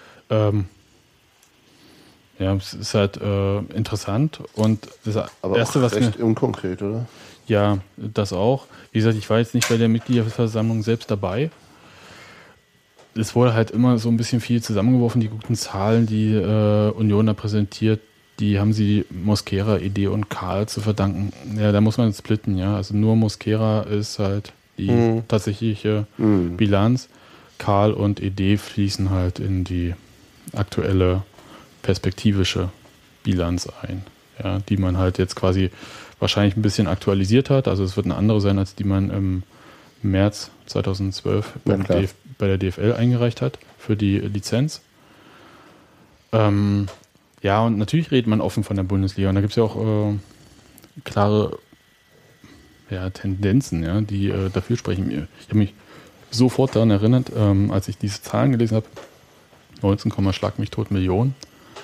ja, es ist halt interessant und das Aber Erste, auch was mir... recht unkonkret, oder? Ja, das auch. Wie gesagt, ich war jetzt nicht bei der Mitgliederversammlung selbst dabei. Es wurde halt immer so ein bisschen viel zusammengeworfen, die guten Zahlen, die Union da präsentiert, die haben sie Mosquera, Ide und Karl zu verdanken. Ja, da muss man splitten, ja. Also nur Mosquera ist halt die tatsächliche Bilanz. Karl und Ide fließen halt in die aktuelle perspektivische Bilanz ein, ja, die man halt jetzt quasi wahrscheinlich ein bisschen aktualisiert hat. Also es wird eine andere sein, als die man im März 2012 bei der DFL eingereicht hat für die Lizenz. Ja, und natürlich redet man offen von der Bundesliga. Und da gibt es ja auch klare Tendenzen, ja, die dafür sprechen. Ich habe mich sofort daran erinnert, als ich diese Zahlen gelesen habe, 19, Schlag mich tot Millionen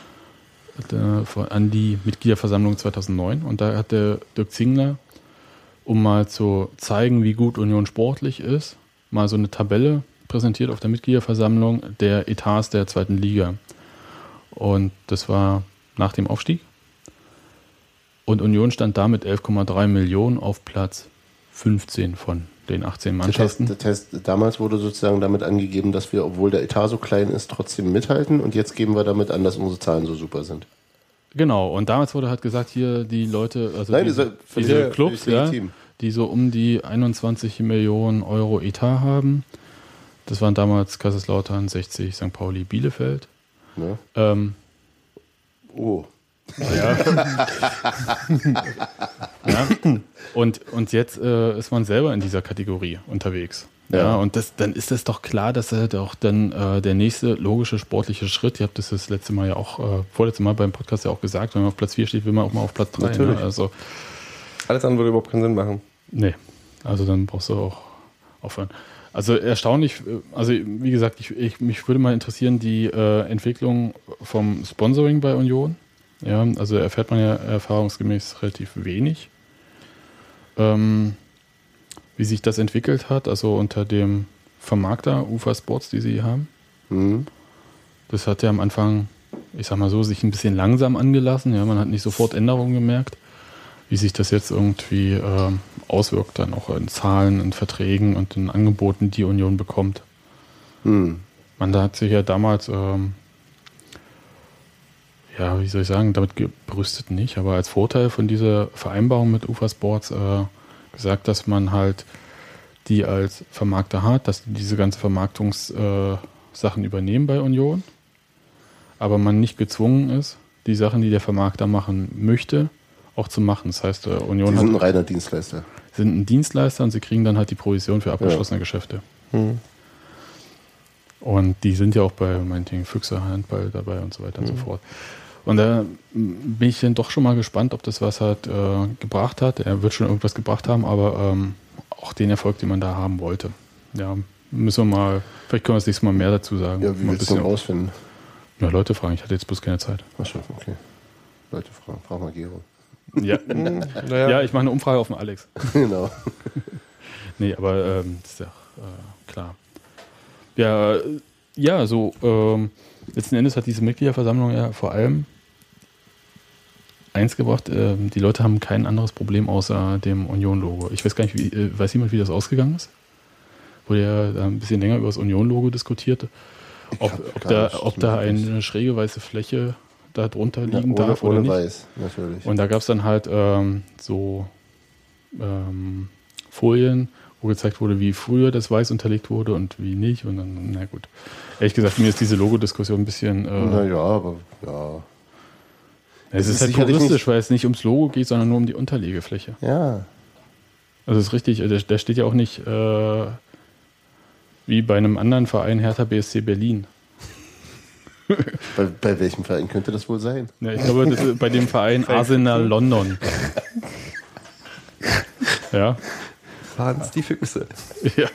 an die Mitgliederversammlung 2009. Und da hat der Dirk Zingler, um mal zu zeigen, wie gut Union sportlich ist, mal so eine Tabelle präsentiert auf der Mitgliederversammlung der Etats der zweiten Liga. Und das war nach dem Aufstieg. Und Union stand da mit 11,3 Millionen auf Platz 15 von den 18 Mannschaften. Das heißt, damals wurde sozusagen damit angegeben, dass wir, obwohl der Etat so klein ist, trotzdem mithalten. Und jetzt geben wir damit an, dass unsere Zahlen so super sind. Genau, und damals wurde halt gesagt, hier die Leute, also Nein, diese Clubs, ja, die so um die 21 Millionen Euro Etat haben. Das waren damals Kaiserslautern, 60, St. Pauli, Bielefeld. Ne? Oh. Ja. Ja. Und jetzt ist man selber in dieser Kategorie unterwegs. Ja, und dann ist es doch klar, dass halt auch dann der nächste logische sportliche Schritt, ihr habt das letzte Mal ja auch, vorletzte Mal beim Podcast ja auch gesagt, wenn man auf Platz 4 steht, will man auch mal auf Platz 3. Natürlich. Ne? Also, alles andere würde überhaupt keinen Sinn machen. nee, also dann brauchst du auch aufhören. Also erstaunlich, also wie gesagt, mich würde mal interessieren, die Entwicklung vom Sponsoring bei Union. Ja, also erfährt man ja erfahrungsgemäß relativ wenig. Wie sich das entwickelt hat, also unter dem Vermarkter UFA Sports, die sie haben. Mhm. Das hat ja am Anfang, ich sag mal so, sich ein bisschen langsam angelassen. Ja, man hat nicht sofort Änderungen gemerkt. Wie sich das jetzt irgendwie auswirkt, dann auch in Zahlen, in Verträgen und in Angeboten, die Union bekommt. Mhm. Man da hat sich ja damals, ja, wie soll ich sagen, damit gebrüstet nicht, aber als Vorteil von dieser Vereinbarung mit UFA Sports gesagt, dass man halt die als Vermarkter hat, dass die diese ganze Vermarktungssachen übernehmen bei Union, aber man nicht gezwungen ist, die Sachen, die der Vermarkter machen möchte, auch zu machen. Das heißt, Union Die sind ein reiner Dienstleister. sind ein Dienstleister und sie kriegen dann halt die Provision für abgeschlossene Geschäfte. Mhm. Und die sind ja auch bei meinetwegen Füchse Handball dabei und so weiter und so fort. Und da bin ich dann doch schon mal gespannt, ob das was halt gebracht hat. Er wird schon irgendwas gebracht haben, aber auch den Erfolg, den man da haben wollte. Ja, müssen wir mal, vielleicht können wir das nächste Mal mehr dazu sagen. Ja, wie Mal willst du denn rausfinden? Ja, Leute fragen, ich hatte jetzt bloß keine Zeit. Achso, okay. Leute fragen, frag mal Gero. Ja, Naja, ja, ich mache eine Umfrage auf den Alex. Genau. Nee, aber das ist ja klar. Ja, so letzten Endes hat diese Mitgliederversammlung ja vor allem eins gebracht, die Leute haben kein anderes Problem außer dem Union-Logo. Ich weiß gar nicht, weiß jemand, wie das ausgegangen ist? Wurde ja da ein bisschen länger über das Union-Logo diskutiert, ob da eine schräge weiße Fläche da drunter liegen darf oder nicht. Ohne weiß, natürlich. Und da gab es dann halt Folien, wo gezeigt wurde, wie früher das Weiß unterlegt wurde und wie nicht. Und dann, na gut. Ehrlich gesagt, mir ist diese Logodiskussion ein bisschen. Naja, aber ja. Es ist halt sicherlich puristisch, nicht, weil es nicht ums Logo geht, sondern nur um die Unterlegefläche. ja. Also es ist richtig, da steht ja auch nicht wie bei einem anderen Verein Hertha BSC Berlin. Bei welchem Verein könnte das wohl sein? Ja, ich glaube, das ist bei dem Verein Arsenal London. Ja. Hans die Füchse. Ja.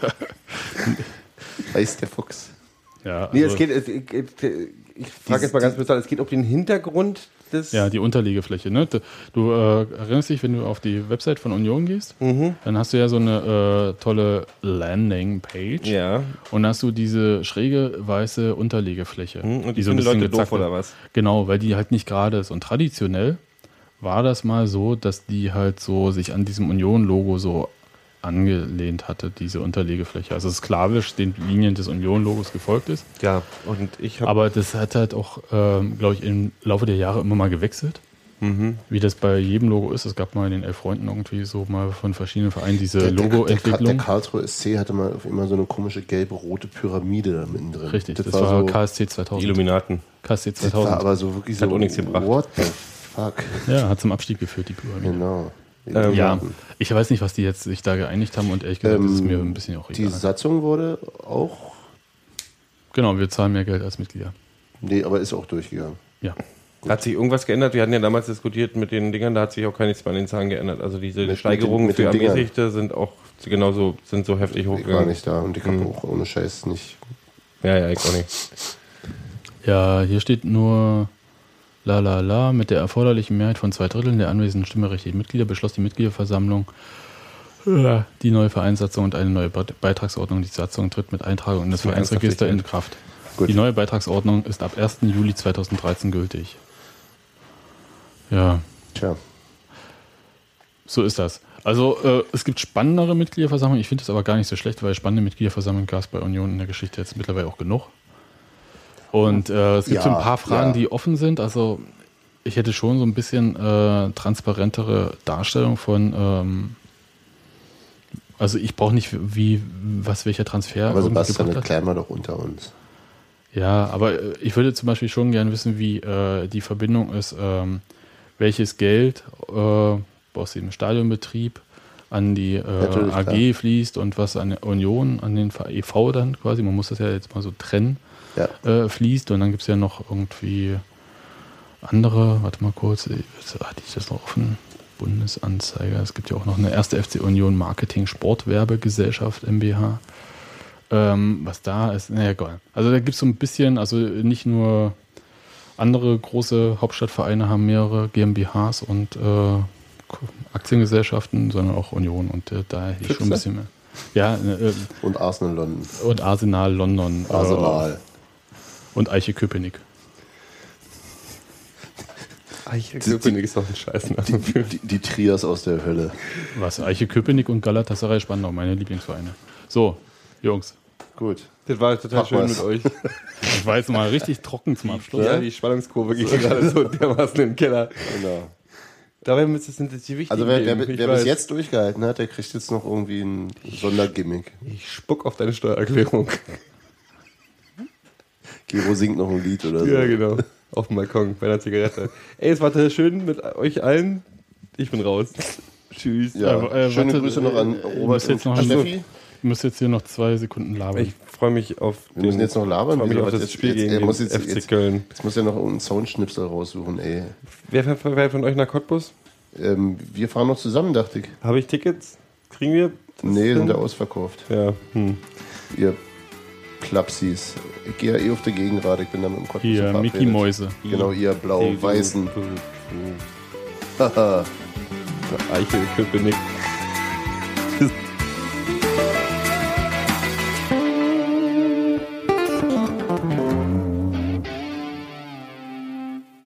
Weiß der Fuchs. Ja, Nee, also, ich frage jetzt mal ganz besonders, es geht um den Hintergrund des... ja, die Unterlegefläche. Ne? Du erinnerst dich, wenn du auf die Website von Union gehst, dann hast du ja so eine tolle Landing-Page. Ja. Und dann hast du diese schräge weiße Unterlegefläche. Und die so ein finden bisschen Leute doof gezackt oder ist. was? Genau, weil die halt nicht gerade ist. Und traditionell war das mal so, dass die halt so sich an diesem Union-Logo so angelehnt hatte, diese Unterlegefläche. Also sklavisch den Linien des Union-Logos gefolgt ist. Ja, und ich habe... Aber das hat halt auch, glaube ich, im Laufe der Jahre immer mal gewechselt. Wie das bei jedem Logo ist. Es gab mal in den 11 Freunden irgendwie so mal von verschiedenen Vereinen diese Logo-Entwicklung. Der Karlsruhe SC hatte mal immer so eine komische gelbe-rote Pyramide da mittendrin. Richtig, das war so, KSC 2000. Illuminaten. KSC das war 2000. aber so wirklich Hat so, auch nichts gebracht. what the fuck? Ja, hat zum Abstieg geführt, die Pyramide. Genau. Ja, ich weiß nicht, was die jetzt sich da geeinigt haben und ehrlich gesagt, das ist mir ein bisschen auch Die egal. Satzung wurde auch, Genau, wir zahlen mehr Geld als Mitglieder. nee, aber ist auch durchgegangen. Ja. Hat sich irgendwas geändert? Wir hatten ja damals diskutiert mit den Dingern, da hat sich auch gar nichts bei den Zahlen geändert. Also diese Mit Steigerungen den für Dingern. Ermäßigte sind auch genauso, sind so heftig Ich war hochgegangen. nicht da und ich habe auch ohne Scheiß nicht. Ja, ich auch nicht. Ja, hier steht nur mit der erforderlichen Mehrheit von 2/3 der anwesenden stimmberechtigten Mitglieder beschloss die Mitgliederversammlung die neue Vereinssatzung und eine neue Beitragsordnung. Die Satzung tritt mit Eintragung in das Vereinsregister in Kraft. Gut. Die neue Beitragsordnung ist ab 1. Juli 2013 gültig. Ja, Tja. so ist das. Also es gibt spannendere Mitgliederversammlungen. Ich finde das aber gar nicht so schlecht, weil spannende Mitgliederversammlungen gab es bei Union in der Geschichte jetzt mittlerweile auch genug. Und es gibt Ja, so ein paar Fragen, ja. die offen sind. Also ich hätte schon so ein bisschen transparentere Darstellung von also ich brauche nicht, welcher Transfer Aber irgendwie Sebastian, gebracht das hat. klären wir doch unter uns. Ja, aber ich würde zum Beispiel schon gerne wissen, wie die Verbindung ist welches Geld aus dem Stadionbetrieb an die AG klar. fließt und was an Union, an den e.V. dann quasi, man muss das ja jetzt mal so trennen, fließt. Und dann gibt es ja noch irgendwie andere, warte mal kurz, hatte ich das noch offen? Bundesanzeiger, es gibt ja auch noch eine 1. FC Union Marketing Sportwerbegesellschaft MBH. Was da ist, naja, egal. Also da gibt es so ein bisschen, also nicht nur andere große Hauptstadtvereine haben mehrere GmbHs und Aktiengesellschaften, sondern auch Union und da hätte ich schon ein bisschen mehr. Ja, und Arsenal London. Und Arsenal London. Arsenal. Und Eiche Köpenick. Eiche Köpenick ist doch ein Scheißname. Die Trias aus der Hölle. Was? Eiche Köpenick und Galatasaray Spandau, meine Lieblingsvereine. So, Jungs. Gut. Das war total schön mit euch. Ich war jetzt mal richtig trocken zum Abschluss. Ja, die Spannungskurve geht gerade so dermaßen in den Keller. Genau. Dabei sind das die wichtigen Also wer bis jetzt durchgehalten hat, der kriegt jetzt noch irgendwie ein Sondergimmick. Ich spuck auf deine Steuererklärung. Gero singt noch ein Lied oder so. Ja, genau. Auf dem Balkon bei einer Zigarette. Ey, es war total schön mit euch allen. Ich bin raus. Tschüss. Ja, schöne Grüße noch an Robert und Steffi. Ich muss jetzt hier noch 2 Sekunden labern. Ich freue mich auf Wir müssen jetzt noch labern. Ich freue mich auf das Spiel gegen den FC Köln. Jetzt muss ja noch einen Soundschnipsel raussuchen, ey. Wer fährt von euch nach Cottbus? Wir fahren noch zusammen, dachte ich. Habe ich Tickets? Kriegen wir? Nee, sind ja ausverkauft. Ja. Ihr Klapsis. Ich gehe ja auf der Gegenrad, ich bin da mit dem Cottbus hier, Mickey Mäuse. Genau, ihr blau-weißen. Haha. Eiche Köpenick.